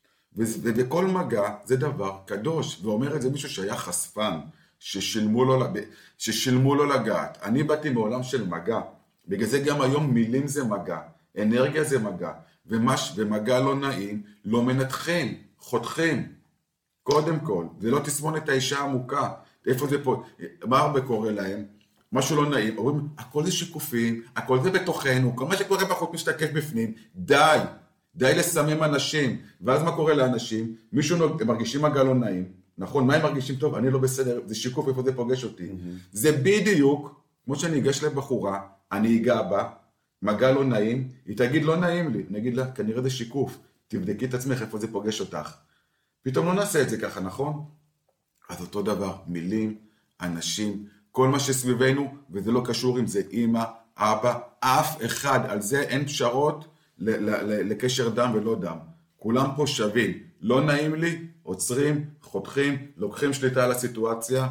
ובכל מגע זה דבר קדוש, ואומר את זה מישהו שהיה חשפן, ששילמו לו, ששילמו לו לגעת. אני באתי מעולם של מגע, בגלל זה גם היום מילים זה מגע, אנרגיה זה מגע, ומש, ומגע לא נעים, לא מנתחים, חותכים, קודם כל, זה לא תסמון את האישה עמוקה, איפה זה פה, מה הרבה קורה להם, משהו לא נעים, אומרים, הכל זה שיקופים, הכל זה בתוכנו, כל מה שקורה בחוץ משתקף בפנים, די, די לסמם אנשים, ואז מה קורה לאנשים, מישהו נוג... מרגישים מגע לא נעים, נכון, מה הם מרגישים טוב, אני לא בסדר, זה שיקוף איפה זה פוגש אותי, mm-hmm. זה בדיוק, כמו שאני אגש לבחורה, אני אגע בה, מגע לא נעים, היא תגיד לא נעים לי, אני אגיד לה, כנראה זה שיקוף, תבדקי את עצמך איפה זה פוגש אותך, פתאום לא נעשה את זה ככה, נכון? אז אותו דבר, מילים, אנשים, כל מה שסביבנו, וזה לא קשור אם זה אמא, אבא, אף אחד, על זה אין פשרות ל- ל- ל- לקשר דם ולא דם. כולם פה שווים, לא נעים לי, עוצרים, חותכים, לוקחים שליטה על הסיטואציה,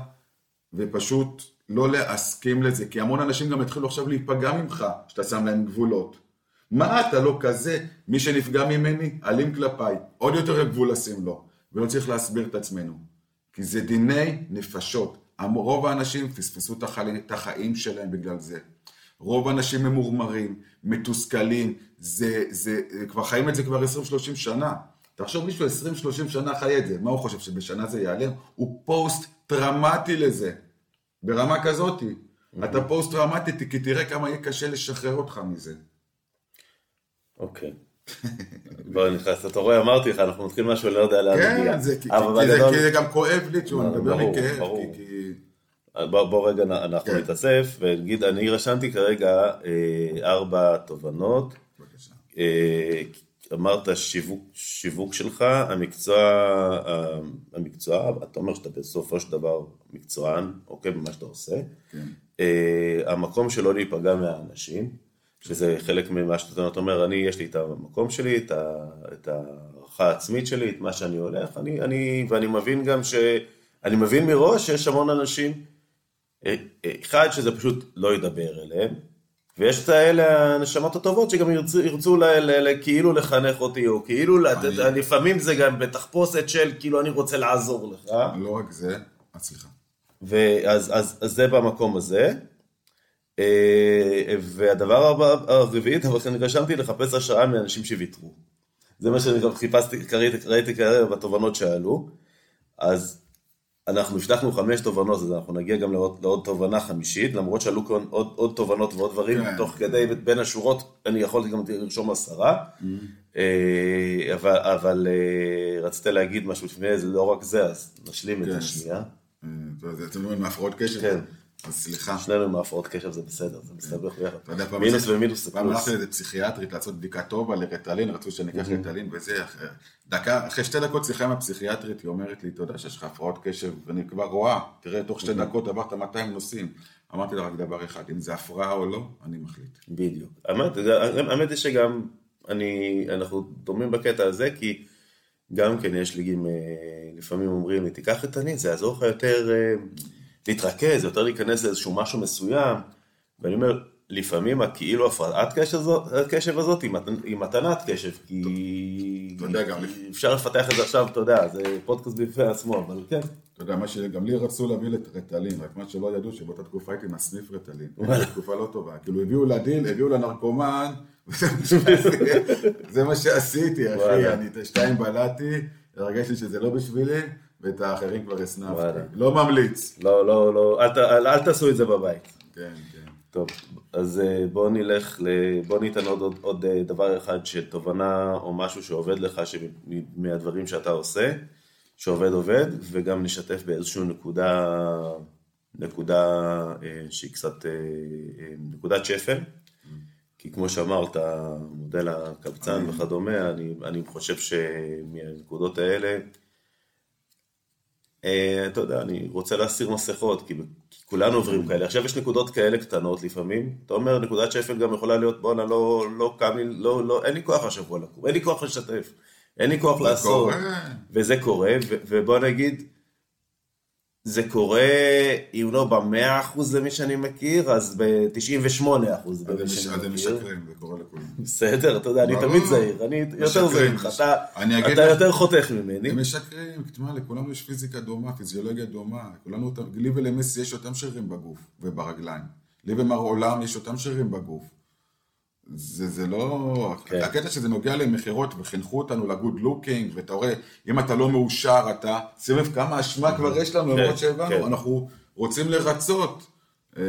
ופשוט לא להסכים לזה, כי המון אנשים גם התחילו עכשיו להיפגע ממך, שאתה שם להם גבולות. מה אתה לא כזה? מי שנפגע ממני, אלים כלפיי, עוד יותר גבול לשים לו, ולא צריך להסביר את עצמנו. כי זה דיני נפשות. רוב האנשים פספסו את החיים שלהם בגלל זה. רוב האנשים ממורמרים, מתוסכלים, זה, זה, כבר חיים את זה כבר עשרים שלושים שנה. תחשוב מישהו עשרים שלושים שנה חי את זה, מה הוא חושב שבשנה זה ייעלם? הוא פוסט טראומטי לזה, ברמה כזאת. Mm-hmm. אתה פוסט טראומטי, כי תראה כמה יהיה קשה לשחרר אותך מזה. אוקיי. בוא נכנס, אתה רואה, אמרתי לך, אנחנו נתחיל משהו, לא יודע לאן נגיע. כן, כי זה גם כואב לי, שהוא מדבר מכאב. בוא רגע אנחנו נתאסף, ונגיד, אני רשמתי כרגע ארבע תובנות. אמרת שיווק שלך, המקצוע, המקצוע, אתה אומר שאתה בסופו של דבר מקצוען, אוקיי, במה שאתה עושה. המקום שלא להיפגע מהאנשים, שזה חלק ממה שאתה אומר, אני, יש לי את המקום שלי, את, ה, את הערכה העצמית שלי, את מה שאני הולך, אני, אני, ואני מבין גם ש... אני מבין מראש שיש המון אנשים, אחד שזה פשוט לא ידבר אליהם, ויש את האלה, הנשמות הטובות, שגם ירצו, ירצו ל, ל, ל, כאילו לחנך אותי, או כאילו, אני... לפעמים זה גם בתחפושת של, כאילו אני רוצה לעזור לך. לא רק זה, הצליחה. ואז, אז, אז זה במקום הזה. והדבר הרביעית, אבל אני רשמתי לחפש השראה מאנשים שוויתרו. זה מה שאני גם חיפשתי, קראתי, קראתי כרגע בתובנות שעלו. אז אנחנו הבטחנו חמש תובנות, אז אנחנו נגיע גם לעוד, לעוד תובנה חמישית, למרות שעלו כאן עוד, עוד תובנות ועוד דברים, כן. תוך כדי בין השורות, אני יכולתי גם לרשום עשרה, mm-hmm. אבל, אבל רצית להגיד משהו לפני, זה לא רק זה, אז נשלים כן. את השנייה. זה אתם אומרים, מהפרעות קשב. כן. אז סליחה. שנינו עם ההפרעות קשב, זה בסדר, זה מסתבך ביחד. אתה יודע, פעם מינוס ומינוס זה פעם פלוס. הלכתי לאיזה פסיכיאטרית לעשות בדיקה טובה לרטלין, רצו שאני אקח רטלין וזה, אחרי- דקה, אחרי שתי דקות שיחה עם הפסיכיאטרית, היא אומרת לי, תודה שיש לך הפרעות קשב, ואני כבר רואה, תראה, תוך שתי דקות עברת מאתיים נושאים. אמרתי לה רק דבר אחד, אם זה הפרעה או לא, אני מחליט. בדיוק. האמת, האמת היא שגם אני, אנחנו דומים בקטע הזה, כי גם כן יש לי, לפעמים אומרים לי, תיקח רטלין, זה יעזור לך יותר להתרכז, יותר להיכנס לאיזשהו משהו מסוים, ואני אומר, לפעמים כאילו הפרעת קשב הזאת היא מתנת קשב, כי אפשר לפתח את זה עכשיו, אתה יודע, זה פודקאסט בפני עצמו, אבל כן. אתה יודע, מה שגם לי רצו להביא לרטלין, רק מה שלא ידעו שבאותה תקופה הייתי מסניף רטלין, זו תקופה לא טובה, כאילו הביאו לדיל, הביאו לנרקומן, זה מה שעשיתי, אחי, אני את השתיים בלעתי, הרגשתי שזה לא בשבילי, ואת האחרים כבר הסנפתי. לא ממליץ. לא, לא, לא, אל תעשו את זה בבית. כן, כן. טוב, אז בוא נלך, בוא ניתן עוד, עוד דבר אחד של תובנה או משהו שעובד לך מהדברים שאתה עושה, שעובד עובד, וגם נשתף באיזושהי נקודה, נקודה שהיא קצת, נקודת שפל, כי כמו שאמרת, מודל הקבצן וכדומה, אני, אני חושב שמהנקודות האלה, אתה יודע, אני רוצה להסיר מסכות, כי כולנו עוברים כאלה. עכשיו יש נקודות כאלה קטנות לפעמים. אתה אומר, נקודת שפל גם יכולה להיות, בוא, לא, לא קם לי, לא, לא, אין לי כוח השבוע לקום, אין לי כוח לשתף, אין לי כוח לעשות. וזה קורה, ובוא נגיד, זה קורה, אם לא במאה אחוז למי שאני מכיר, אז ב-תשעים ושמונה אחוז למי שאני מכיר. אז הם משקרים, זה קורה לכולם. בסדר, אתה יודע, אני תמיד זהיר, אני יותר זהיר לך, אתה יותר חותך ממני. הם משקרים, תשמע, לכולנו יש פיזיקה דומה, פיזיולוגיה דומה, לי ולמסי יש אותם שרירים בגוף וברגליים. לי ומר עולם יש אותם שרירים בגוף. זה, זה לא... כן. הקטע שזה נוגע למחירות וחינכו אותנו לגוד לוקינג, ואתה רואה, אם אתה לא מאושר, אתה... שים לב כמה אשמה כבר יש לנו, למרות שהבנו, כן. אנחנו רוצים לרצות. אה,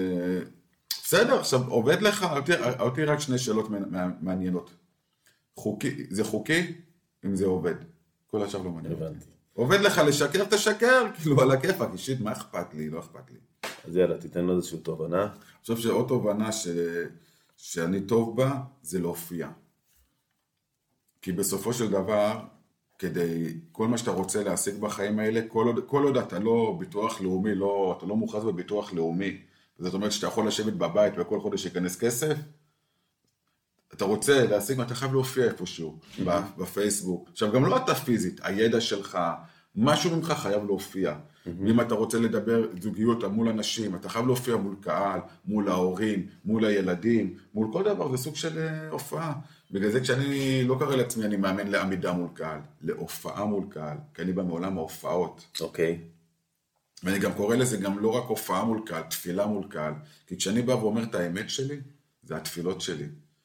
בסדר, עכשיו, עובד לך, אותי, אותי רק שני שאלות מעניינות. חוקי, זה חוקי, אם זה עובד. כל השאר לא מעניין. הבנתי. עובד לך לשקר, תשקר, כאילו על הכיפק, אישית, מה אכפת לי, לא אכפת לי. אז יאללה, תיתן לו איזושהי תובנה. אני חושב שעוד תובנה ש... שאני טוב בה, זה להופיע. כי בסופו של דבר, כדי כל מה שאתה רוצה להשיג בחיים האלה, כל עוד, כל עוד אתה לא ביטוח לאומי, לא, אתה לא מוכרז בביטוח לאומי, זאת אומרת שאתה יכול לשבת בבית וכל חודש ייכנס כסף, אתה רוצה להשיג, אתה חייב להופיע איפשהו, בפייסבוק. עכשיו, גם לא אתה פיזית, הידע שלך, משהו ממך חייב להופיע. אם אתה רוצה לדבר זוגיות מול אנשים, אתה חייב להופיע מול קהל, מול ההורים, מול הילדים, מול כל דבר, זה סוג של הופעה. בגלל זה כשאני לא קרא לעצמי, אני מאמן לעמידה מול קהל, להופעה מול קהל, כי אני בא מעולם ההופעות. אוקיי. ואני גם קורא לזה גם לא רק הופעה מול קהל, תפילה מול קהל. כי כשאני בא ואומר את האמת שלי, זה התפילות שלי.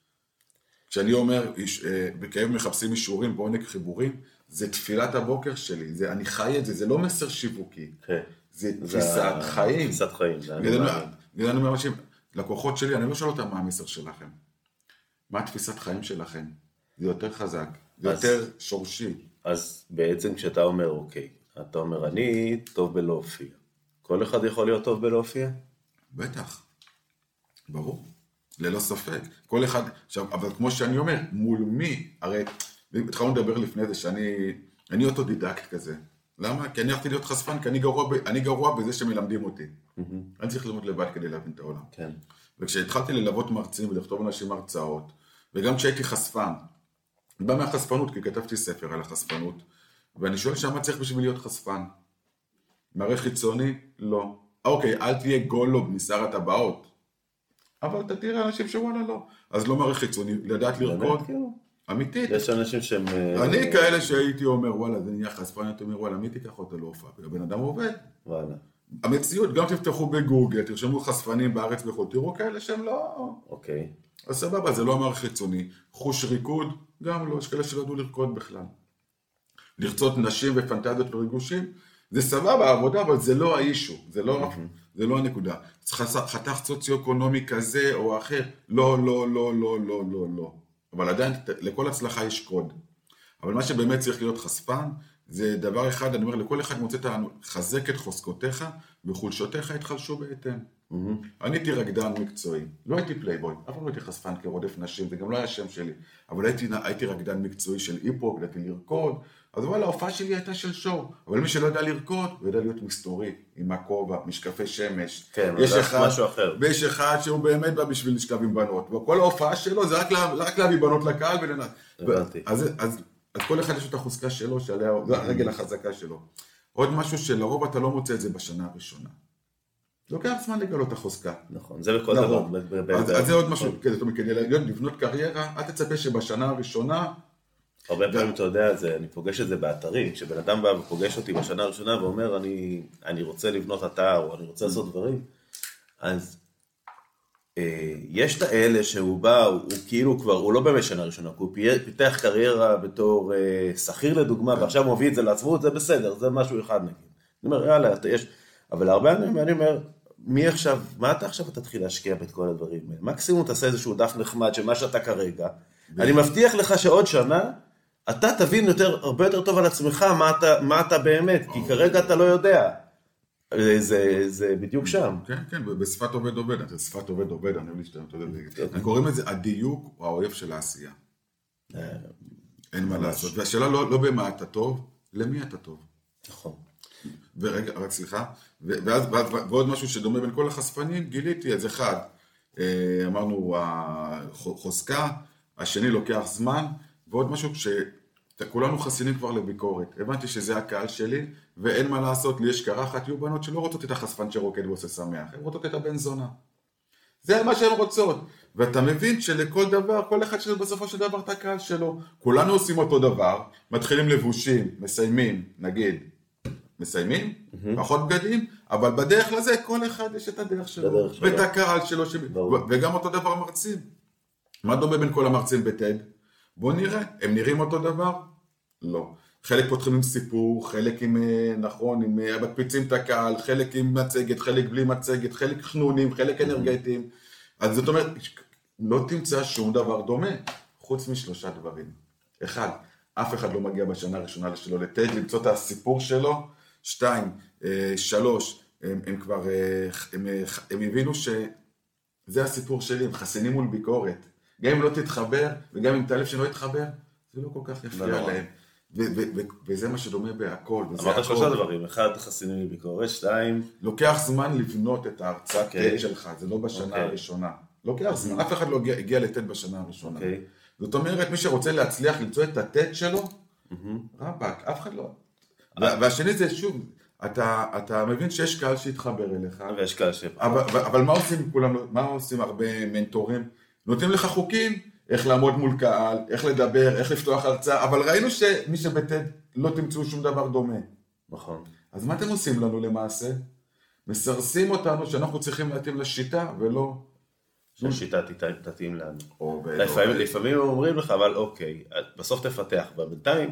כשאני אומר, בכאב מחפשים אישורים, בעונג חיבורים, זה תפילת הבוקר שלי, זה, אני חי את זה, זה לא מסר שיווקי, okay. זה תפיסת חיים. תפיסת חיים, זה אני מאמין. אני אומר אנשים, לקוחות שלי, אני לא שואל אותם מה המסר שלכם. מה התפיסת חיים שלכם? זה יותר חזק, זה אז, יותר שורשי. אז בעצם כשאתה אומר, אוקיי, אתה אומר, אני טוב בלהופיע. כל אחד יכול להיות טוב בלהופיע? בטח, ברור, ללא ספק. כל אחד, עכשיו, אבל כמו שאני אומר, מול מי, הרי... התחלנו לדבר לפני זה שאני, אני אוטודידקט כזה. למה? כי אני הלכתי להיות חשפן, כי אני גרוע, אני גרוע בזה שמלמדים אותי. אני צריך ללמוד לבד כדי להבין את העולם. כן. וכשהתחלתי ללוות מרצים ולכתוב אנשים הרצאות, וגם כשהייתי חשפן, אני בא מהחשפנות, כי כתבתי ספר על החשפנות, ואני שואל שמה צריך בשביל להיות חשפן? מראה חיצוני? לא. אוקיי, אל תהיה גולוב משר הטבעות. אבל אתה תראה אנשים שוואלה לא. אז לא מראה חיצוני, לדעת לרקוד. אמיתית. יש אנשים שהם... אני כאלה שהייתי אומר, וואלה, זה נהיה חשפן, הייתי אומר, וואלה, מי תיקח אותה להופעה? הבן אדם עובד. וואלה. המציאות, גם תפתחו בגוגל, תרשמו חשפנים בארץ בחול, תראו כאלה שהם לא... אוקיי. אז סבבה, זה לא אמר חיצוני. חוש ריקוד, גם לא, יש כאלה שלא ידעו לרקוד בכלל. לרצות נשים ופנטזיות וריגושים, זה סבבה, העבודה, אבל זה לא האישו, זה לא, זה לא הנקודה. חתך סוציו-אקונומי כזה או אחר, לא, לא, לא, לא, לא, לא, לא. אבל עדיין לכל הצלחה יש קוד. אבל מה שבאמת צריך להיות חשפן, זה דבר אחד, אני אומר, לכל אחד מוצא את חזק את חוזקותיך, וחולשותיך יתחלשו בהתאם. אני הייתי רקדן מקצועי, לא הייתי פלייבוי, אף פעם לא הייתי חשפן כרודף נשים, זה גם לא היה השם שלי, אבל הייתי, הייתי רקדן מקצועי של היפ-הופ, ידעתי לרקוד, אז וואלה, ההופעה שלי הייתה של שואו, אבל מי שלא ידע לרקוד, הוא ידע להיות מסתורי, עם הכובע, משקפי שמש. כן, יש זה אחד, משהו אחר. ויש אחד שהוא באמת בא בשביל לשכב עם בנות, וכל ההופעה שלו זה רק, לה, רק להביא בנות לקהל ולנס. הבנתי. אז, אז, אז כל אחד יש את החוזקה שלו, שעליה, זה הרגל החזקה שלו. עוד משהו שלרוב אתה לא מוצא את זה בשנה הראשונה. לוקח זמן לגלות את החוזקה. נכון, זה בכל דבר. אז זה עוד משהו, כדי לבנות קריירה, אל תצפה שבשנה הראשונה... הרבה פעמים אתה יודע, אני פוגש את זה באתרים, כשבן אדם בא ופוגש אותי בשנה הראשונה ואומר, אני רוצה לבנות אתר, או אני רוצה לעשות דברים, אז יש את האלה שהוא בא, הוא כאילו כבר, הוא לא באמת שנה ראשונה, הוא פיתח קריירה בתור שכיר לדוגמה, ועכשיו הוא מביא את זה לעצמאות, זה בסדר, זה משהו אחד נגיד. אני אומר, יאללה, יש... אבל הרבה אנשים, אני אומר, מי עכשיו, מה אתה עכשיו תתחיל להשקיע את כל הדברים? מקסימום תעשה איזשהו דף נחמד של מה שאתה כרגע. אני מבטיח לך שעוד שנה, אתה תבין יותר, הרבה יותר טוב על עצמך מה אתה, מה אתה באמת, כי כרגע אתה לא יודע. זה, זה בדיוק שם. כן, כן, בשפת עובד עובד, זה שפת עובד עובד, אני מבין שאתה יודע. אני קוראים לזה, הדיוק הוא האויב של העשייה. אין מה לעשות. והשאלה לא במה אתה טוב, למי אתה טוב. נכון. ורגע, רק סליחה, ואז, ועוד משהו שדומה בין כל החשפנים, גיליתי אז אחד, אמרנו, החוזקה, השני לוקח זמן, ועוד משהו שכולנו חסינים כבר לביקורת. הבנתי שזה הקהל שלי, ואין מה לעשות, לי יש קרחת, יהיו בנות שלא רוצות את החשפן שרוקד ועושה שמח, הן רוצות את הבן זונה. זה מה שהן רוצות. ואתה מבין שלכל דבר, כל אחד שלו בסופו של דבר את הקהל שלו. כולנו עושים אותו דבר, מתחילים לבושים, מסיימים, נגיד, מסיימים, פחות בגדים, אבל בדרך לזה כל אחד יש את הדרך שלו, ואת הקהל שלו, וגם אותו דבר מרצים. מה דומה בין כל המרצים בטד? בוא נראה, הם נראים אותו דבר? לא. חלק פותחים עם סיפור, חלק עם, נכון, עם מקפיצים את הקהל, חלק עם מצגת, חלק בלי מצגת, חלק חנונים, חלק אנרגטיים. אז זאת אומרת, לא תמצא שום דבר דומה, חוץ משלושה דברים. אחד, אף אחד לא מגיע בשנה הראשונה שלו לטד, למצוא את הסיפור שלו. שתיים, שלוש, הם, הם כבר, הם, הם הבינו שזה הסיפור שלי, הם חסינים מול ביקורת. גם אם לא תתחבר, וגם אם תאלף שלא יתחבר, זה לא כל כך יפריע להם. וזה מה שדומה בהכל. אמרת שלושה דברים, אחד חסינים מול ביקורת, שתיים... לוקח זמן לבנות את ההרצאה טד שלך, זה לא בשנה הראשונה. לוקח זמן, אף אחד לא הגיע לטד בשנה הראשונה. זאת אומרת, מי שרוצה להצליח למצוא את הטד שלו, רבק, אף אחד לא... והשני זה שוב, אתה, אתה מבין שיש קהל שהתחבר אליך. ויש קהל ש... אבל, אבל מה עושים כולם, מה עושים הרבה מנטורים? נותנים לך חוקים, איך לעמוד מול קהל, איך לדבר, איך לפתוח הרצאה, אבל ראינו שמי שבטד לא תמצאו שום דבר דומה. נכון. אז מה אתם עושים לנו למעשה? מסרסים אותנו שאנחנו צריכים להתאים לשיטה ולא... שהשיטה תתאים לנו. לפעמים, לפעמים אומרים לך, אבל אוקיי, בסוף תפתח, ובינתיים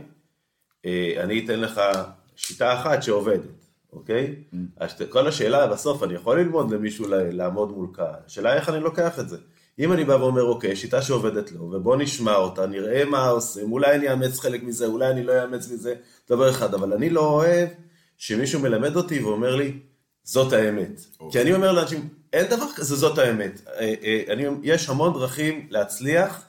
אני אתן לך שיטה אחת שעובדת, אוקיי? אז כל השאלה בסוף, אני יכול ללמוד למישהו לעמוד מול קהל. השאלה איך אני לוקח את זה. אם אני בא ואומר, אוקיי, שיטה שעובדת לו, ובוא נשמע אותה, נראה מה עושים, אולי אני אאמץ חלק מזה, אולי אני לא אאמץ מזה, דבר אחד, אבל אני לא אוהב שמישהו מלמד אותי ואומר לי, זאת האמת. כי אני אומר לאנשים, אין דבר כזה, זאת האמת. אני, יש המון דרכים להצליח,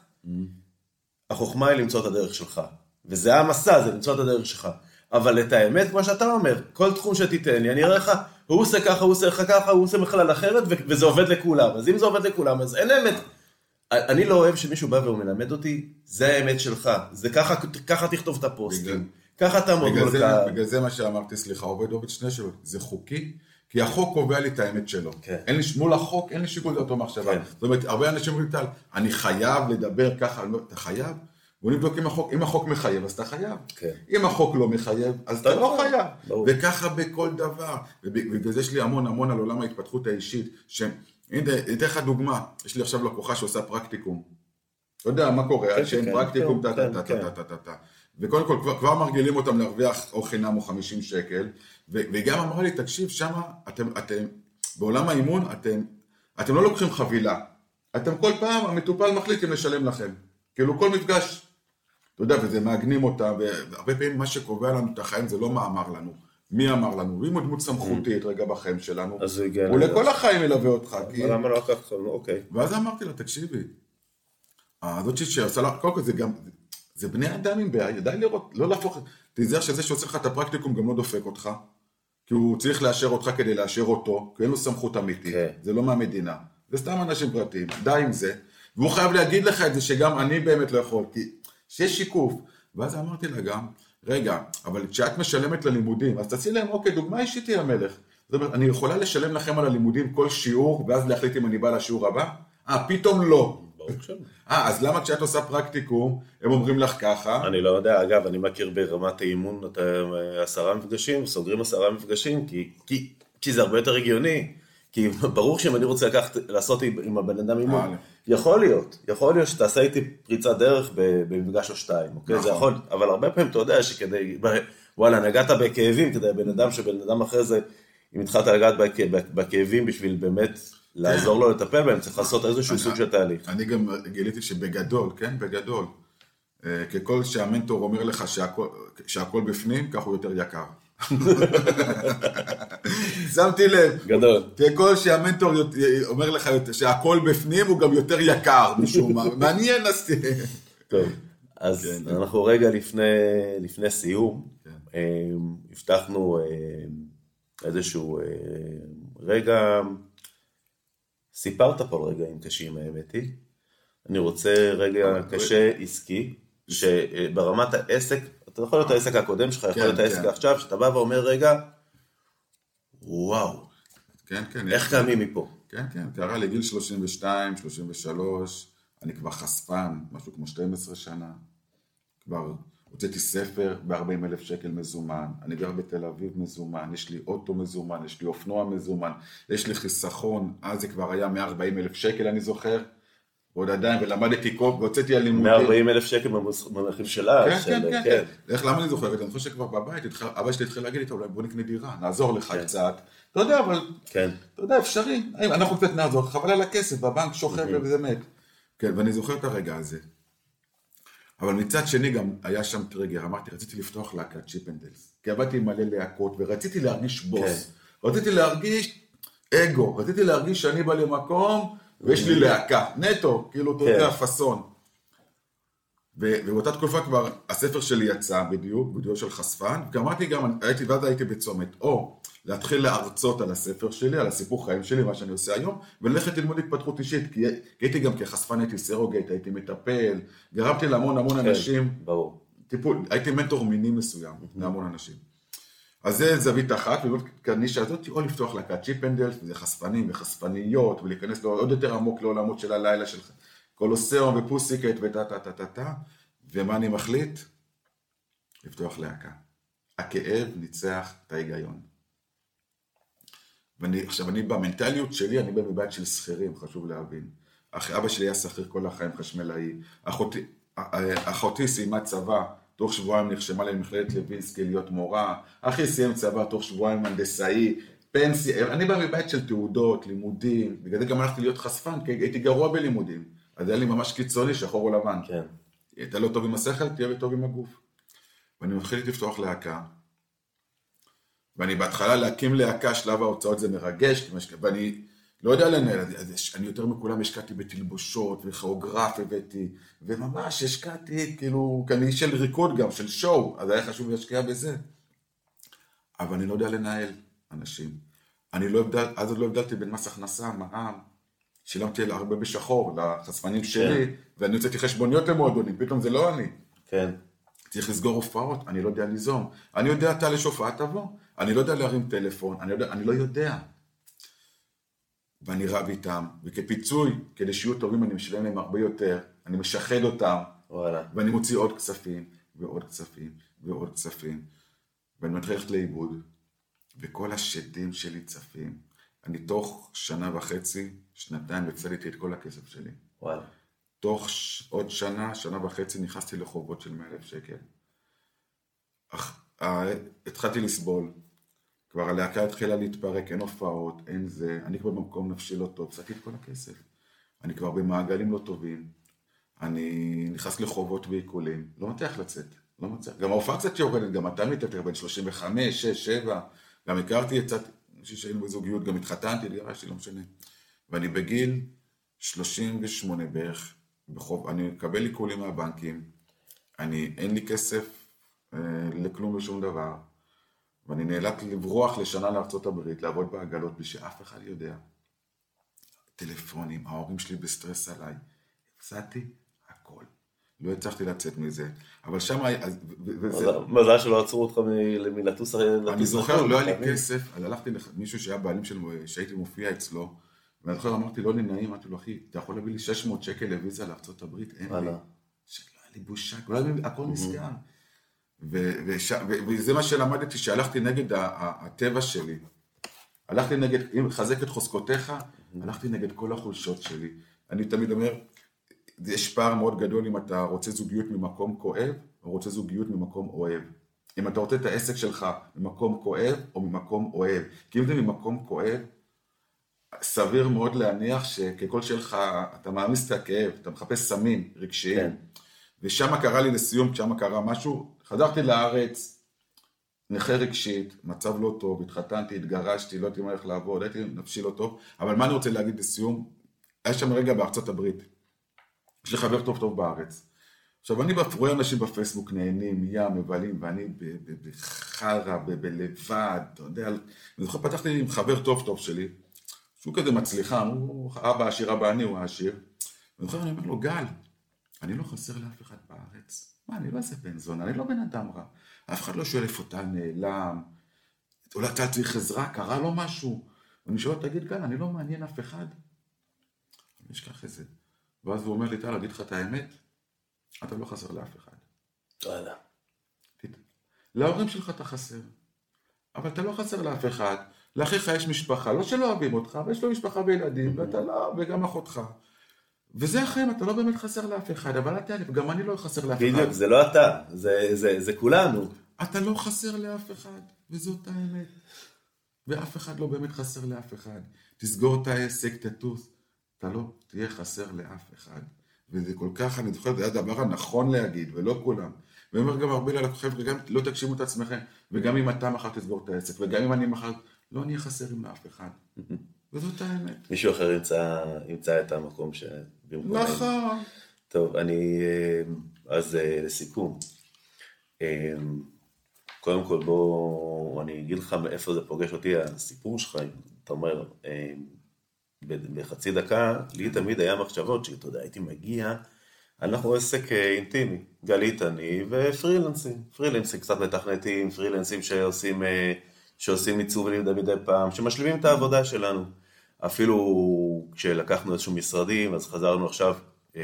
החוכמה היא למצוא את הדרך שלך. וזה המסע, זה למצוא את הדרך שלך. אבל את האמת, כמו שאתה אומר, כל תחום שתיתן לי, אני אראה לך, הוא עושה ככה, הוא עושה לך ככה, הוא עושה בכלל אחרת, וזה עובד לכולם. אז אם זה עובד לכולם, אז אין אמת. אני לא אוהב שמישהו בא ומלמד אותי, זה האמת שלך. זה ככה, ככה תכתוב את הפוסטים. ככה תעמוד מול קהל. בגלל זה מה שאמרתי, סליחה, עובד עובד שני שאלות. זה חוקי, כי החוק קובע לי את האמת שלו. אין לי, מול החוק, אין לי שיקול דעתו מחשבה. זאת אומרת, הרבה אנשים אומרים, אני חייב לדבר ככה, אתה חייב? בוא נבדוק אם החוק, אם החוק מחייב, אז אתה חייב. כן. אם החוק לא מחייב, אז אתה לא חייב. ברור. וככה בכל דבר. ובגלל זה יש לי המון המון על עולם ההתפתחות האישית, שהנה, אתן לך דוגמה, יש לי עכשיו לקוחה שעושה פרקטיקום. אתה יודע, מה קורה? כן, שאין כן, פרקטיקום, כן, טה, טה, כן, טה, טה, טה, טה. וקודם כל, כבר, כבר מרגילים אותם להרוויח או חינם או חמישים שקל, וגם אמרה לי, תקשיב, שמה, אתם, אתם, בעולם האימון, אתם, אתם לא לוקחים חבילה. אתם כל פעם, המטופל מחליט אם לשלם לכם. כאילו, כל מפגש, אתה יודע, וזה מעגנים אותה, והרבה פעמים מה שקובע לנו את החיים זה לא מה אמר לנו, מי אמר לנו, ואם הוא דמות סמכותית רגע בחיים שלנו, הוא לכל החיים ילווה אותך. אבל למה לא לקחת לנו, אוקיי. ואז אמרתי לה, תקשיבי, הזאת שעושה לה, קודם כל זה גם, זה בני אדם עם בעיה, די לראות, לא להפוך, תיזהר שזה שעושה לך את הפרקטיקום גם לא דופק אותך, כי הוא צריך לאשר אותך כדי לאשר אותו, כי אין לו סמכות אמיתית, זה לא מהמדינה, זה סתם אנשים פרטיים, די עם זה, והוא חייב להגיד לך את זה שגם אני באמת לא יכול, כי שיש שיקוף, ואז אמרתי לה גם, רגע, אבל כשאת משלמת ללימודים, אז תעשי להם, אוקיי, דוגמה אישית היא המלך, זאת אומרת, אני יכולה לשלם לכם על הלימודים כל שיעור, ואז להחליט אם אני בא לשיעור הבא? אה, פתאום לא. אה, אז למה כשאת עושה פרקטיקום, הם אומרים לך ככה? אני לא יודע, אגב, אני מכיר ברמת האימון עשרה מפגשים, סוגרים עשרה מפגשים, כי זה הרבה יותר הגיוני, כי ברור שאם אני רוצה לקחת, לעשות עם הבן אדם אימון, יכול להיות, יכול להיות שתעשה איתי פריצת דרך במפגש או שתיים, אוקיי? זה יכול, אבל הרבה פעמים אתה יודע שכדי, וואלה, נגעת בכאבים, כדי בן אדם שבן אדם אחרי זה, אם התחלת לגעת בכאבים בשביל באמת לעזור לו לטפל בהם, צריך לעשות איזשהו סוג של תהליך. אני גם גיליתי שבגדול, כן, בגדול, ככל שהמנטור אומר לך שהכל בפנים, כך הוא יותר יקר. שמתי לב. גדול. ככל שהמנטור אומר לך שהכל בפנים, הוא גם יותר יקר, משום מה. מעניין עשתי. טוב, אז אנחנו רגע לפני סיום, הבטחנו איזשהו רגע, סיפרת פה רגעים קשים האמת היא, אני רוצה רגע קשה עסקי, שברמת העסק, אתה יכול להיות העסק הקודם שלך, יכול להיות העסק עכשיו, שאתה בא ואומר רגע, וואו, איך קמים מפה? כן, כן, קרה לגיל שלושים ושתיים, שלושים ושלוש, אני כבר חשפן, משהו כמו שתים עשרה שנה, כבר הוצאתי ספר ב-ארבעים אלף שקל מזומן, אני גר בתל אביב מזומן, יש לי אוטו מזומן, יש לי אופנוע מזומן, יש לי חיסכון, אז זה כבר היה מאה וארבעים אלף שקל אני זוכר, ועוד עדיין, ולמדתי קוק, והוצאתי על לימודים. מאה וארבעים אלף שקל במונחים שלה. כן, כן, כן, כן. איך, למה אני זוכרת? אני חושב שכבר בבית, אבא שלי התחיל להגיד לי, אולי בוא נקנה דירה, נעזור לך קצת. אתה יודע, אבל, אתה יודע, אפשרי. אנחנו קצת נעזור, חבל על הכסף, בבנק שוכב וזה מת. כן, ואני זוכר את הרגע הזה. אבל מצד שני גם היה שם טריגר, אמרתי, רציתי לפתוח להקת צ'יפנדלס, כי עבדתי עם מלא להקות, ורציתי להרגיש בוס. רציתי להרגיש אגו, רציתי להרגיש שאני בא למקום, ויש לי להקה, נטו, כאילו, אתה יודע, פסון. ובאותה תקופה כבר, הספר שלי יצא בדיוק, בדיוק של חשפן, ואמרתי גם, הייתי ועד הייתי בצומת, או להתחיל להרצות על הספר שלי, על הסיפור חיים שלי, מה שאני עושה היום, וללכת ללמוד התפתחות אישית, כי הייתי גם כחשפן, הייתי סרוגייט, הייתי מטפל, גרמתי להמון המון אנשים, טיפול, הייתי מנטור מיני מסוים, להמון אנשים. אז זה זווית אחת, ובאמת הנישה הזאת, או לפתוח להקת צ'יפנדלס, וזה חשפנים וחשפניות, ולהיכנס עוד יותר עמוק לעולמות של הלילה של קולוסיאום ופוסיקט וטה טה טה טה טה, ומה אני מחליט? לפתוח להקה. הכאב ניצח את ההיגיון. ואני, עכשיו אני במנטליות שלי, אני בא מבית של שכירים, חשוב להבין. אבא שלי היה שכיר כל החיים חשמלאי, אחותי, אחותי סיימה צבא, תוך שבועיים נרשמה למכללת לוינסקי להיות מורה, אחי סיים צבא תוך שבועיים הנדסאי, פנסיה, אני בא מבית של תעודות, לימודים, בגלל זה גם הלכתי להיות חשפן, כי הייתי גרוע בלימודים, אז היה לי ממש קיצוני, שחור או לבן. כן. אתה לא טוב עם השכל, תהיה טוב עם הגוף. ואני מתחיל לפתוח להקה, ואני בהתחלה להקים להקה, שלב ההוצאות זה מרגש, ואני לא יודע לנהל, אני יותר מכולם השקעתי בתלבושות, וכאוגרף הבאתי, וממש השקעתי, כאילו, כאני של ריקוד גם, של שואו, אז היה חשוב להשקיע בזה. אבל אני לא יודע לנהל אנשים. אני לא הבדל, אז עוד לא הבדלתי בין מס הכנסה, מע"מ, שילמתי הרבה בשחור לחשפנים שלי, כן. ואני הוצאתי חשבוניות למועדונים, פתאום זה לא אני. כן. צריך לסגור הופעות, אני לא יודע ליזום. אני יודע, אתה לשופעה תבוא, אני לא יודע להרים טלפון, אני, יודע, אני לא יודע. ואני רב איתם, וכפיצוי, כדי שיהיו טובים, אני משלם להם הרבה יותר, אני משחד אותם, וואלה. ואני מוציא עוד כספים, ועוד כספים, ועוד כספים, ואני מתחיל ללכת לאיבוד, וכל השדים שלי צפים. אני תוך שנה וחצי, שנתיים, הפסדתי את כל הכסף שלי. וואלה. תוך ש... עוד שנה, שנה וחצי, נכנסתי לחובות של מאה אלף שקל. אך, אה, התחלתי לסבול. כבר הלהקה התחילה להתפרק, אין הופעות, אין זה, אני כבר במקום נפשי לא טוב, הפסדתי את כל הכסף. אני כבר במעגלים לא טובים. אני נכנס לחובות ועיקולים, לא מצליח לצאת, לא מצליח. גם ההופעה קצת יורדת, גם אתה מתעטר בין שלושים וחמש, שש, שבע, גם הכרתי את קצת, מישהו שהיינו בזוגיות, גם התחתנתי, התגרשתי, לא משנה. ואני בגיל שלושים ושמונה בערך, בחוב, אני מקבל עיקולים מהבנקים, אני, אין לי כסף אה, לכלום ושום דבר, ואני נאלץ לברוח לשנה לארצות הברית, לעבוד בעגלות, בלי שאף אחד יודע. טלפונים, ההורים שלי בסטרס עליי, הפסעתי הכל. לא הצלחתי לצאת מזה. אבל שם, מזל שלא עצרו אותך מלטוס. אני זוכר, לא היה לי כסף, אז הלכתי למישהו שהיה בעלים של, שהייתי מופיע אצלו, ואני זוכר, אמרתי, לא לי נעים, אמרתי לו, אחי, אתה יכול להביא לי שש מאות שקל לוויזה לארצות הברית? אין לי. לא היה לי בושה, הכל נסגר. וזה מה שלמדתי, שהלכתי נגד הטבע שלי. הלכתי נגד, אם חזק את חוזקותיך, הלכתי נגד כל החולשות שלי. אני תמיד אומר, יש פער מאוד גדול אם אתה רוצה זוגיות ממקום כואב, או רוצה זוגיות ממקום אוהב. אם אתה רוצה את העסק שלך ממקום כואב, או ממקום אוהב. כי אם זה ממקום כואב, סביר מאוד להניח שככל שלך, אתה מאמיס את הכאב, אתה מחפש סמים רגשיים. כן. ושם קרה לי לסיום, שם קרה משהו, חזרתי לארץ, נכה רגשית, מצב לא טוב, התחתנתי, התגרשתי, לא הייתי מה איך לעבוד, הייתי נפשי לא טוב, אבל מה אני רוצה להגיד לסיום? היה שם רגע בארצות הברית, יש לי חבר טוב טוב בארץ. עכשיו אני רואה אנשים בפייסבוק נהנים, ים, מבלים, ואני בחרה, בלבד, אתה יודע, אני זוכר, פתחתי עם חבר טוב טוב שלי, שהוא כזה מצליחה, הוא אבא עשיר, אבא אני, הוא העשיר, ואני זוכר, אני אומר לו, גל, אני לא חסר לאף אחד בארץ. מה, אני לא אעשה בן זונה, אני לא בן אדם רע. אף אחד לא שואל איפה אתה נעלם. אולי אתה צריך עזרה, קרה לו משהו. ואני שואל, תגיד כאן, אני לא מעניין אף אחד. אני אשכח את זה. ואז הוא אומר לי, טל, אגיד לך את האמת, אתה לא חסר לאף אחד. תודה. להורים שלך אתה חסר. אבל אתה לא חסר לאף אחד. לאחיך יש משפחה, לא שלא אוהבים אותך, אבל יש לו משפחה וילדים, ואתה לא, וגם אחותך. וזה החיים, אתה לא באמת חסר לאף אחד, אבל אתה, גם אני לא חסר לאף אחד. בדיוק, זה לא אתה, זה, זה, זה כולנו. אתה לא חסר לאף אחד, וזאת האמת. ואף אחד לא באמת חסר לאף אחד. תסגור את העסק, תטוס, אתה לא תהיה חסר לאף אחד. וזה כל כך, אני זוכר, זה הדבר הנכון להגיד, ולא כולם. ואומר גם הרבה ללקוחים, וגם לא תגשימו את עצמכם, וגם אם אתה מחר תסגור את העסק, וגם אם אני מחר, לא נהיה חסרים לאף אחד. וזאת האמת. מישהו אחר ימצא, ימצא את המקום שבמקום... נכון. טוב, אני... אז לסיכום. קודם כל בוא, אני אגיד לך מאיפה זה פוגש אותי, הסיפור שלך, אתה אומר, בחצי דקה, לי תמיד היה מחשבות שאתה יודע, הייתי מגיע, אנחנו עסק אינטימי, גלית אני ופרילנסים, פרילנסים קצת מתכנתים, פרילנסים שעושים... שעושים עיצוב מדי פעם, שמשלימים את העבודה שלנו. אפילו כשלקחנו איזשהו משרדים, אז חזרנו עכשיו,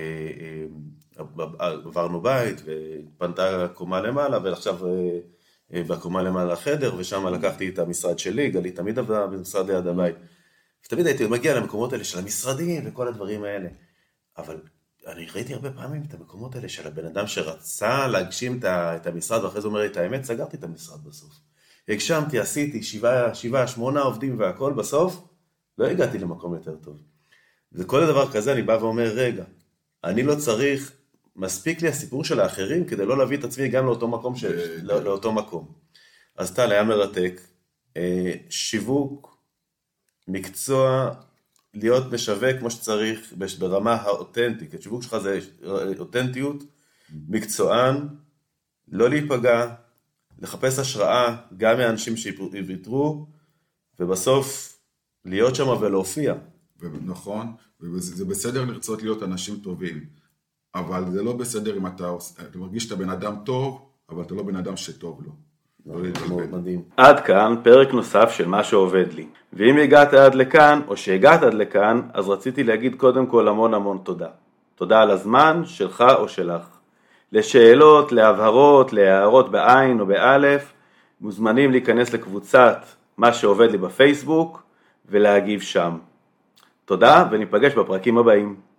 עברנו בית, ופנתה קומה למעלה, ועכשיו בקומה למעלה לחדר, ושם לקחתי את המשרד שלי, גלי תמיד עבדה במשרד ליד הבית. ותמיד הייתי מגיע למקומות האלה של המשרדים, וכל הדברים האלה. אבל אני ראיתי הרבה פעמים את המקומות האלה של הבן אדם שרצה להגשים את המשרד, ואחרי זה אומר לי את האמת, סגרתי את המשרד בסוף. הגשמתי, עשיתי שבעה, שבעה, שמונה עובדים והכל, בסוף לא הגעתי למקום יותר טוב. וכל דבר כזה אני בא ואומר, רגע, אני לא צריך, מספיק לי הסיפור של האחרים, כדי לא להביא את עצמי גם לאותו מקום, ש... לא, לאותו מקום. אז טל, היה מרתק, שיווק, מקצוע, להיות משווק כמו שצריך, ברמה האותנטית. השיווק שלך זה אותנטיות, מקצוען, לא להיפגע, לחפש השראה גם מהאנשים שיוותרו, ובסוף להיות שם ולהופיע. נכון, וזה בסדר לרצות להיות אנשים טובים, אבל זה לא בסדר אם אתה, אתה מרגיש שאתה בן אדם טוב, אבל אתה לא בן אדם שטוב לו. מדהים. עד כאן פרק נוסף של מה שעובד לי. ואם הגעת עד לכאן, או שהגעת עד לכאן, אז רציתי להגיד קודם כל המון המון תודה. תודה על הזמן שלך או שלך. לשאלות, להבהרות, להערות בעין או באלף, מוזמנים להיכנס לקבוצת מה שעובד לי בפייסבוק ולהגיב שם. תודה וניפגש בפרקים הבאים.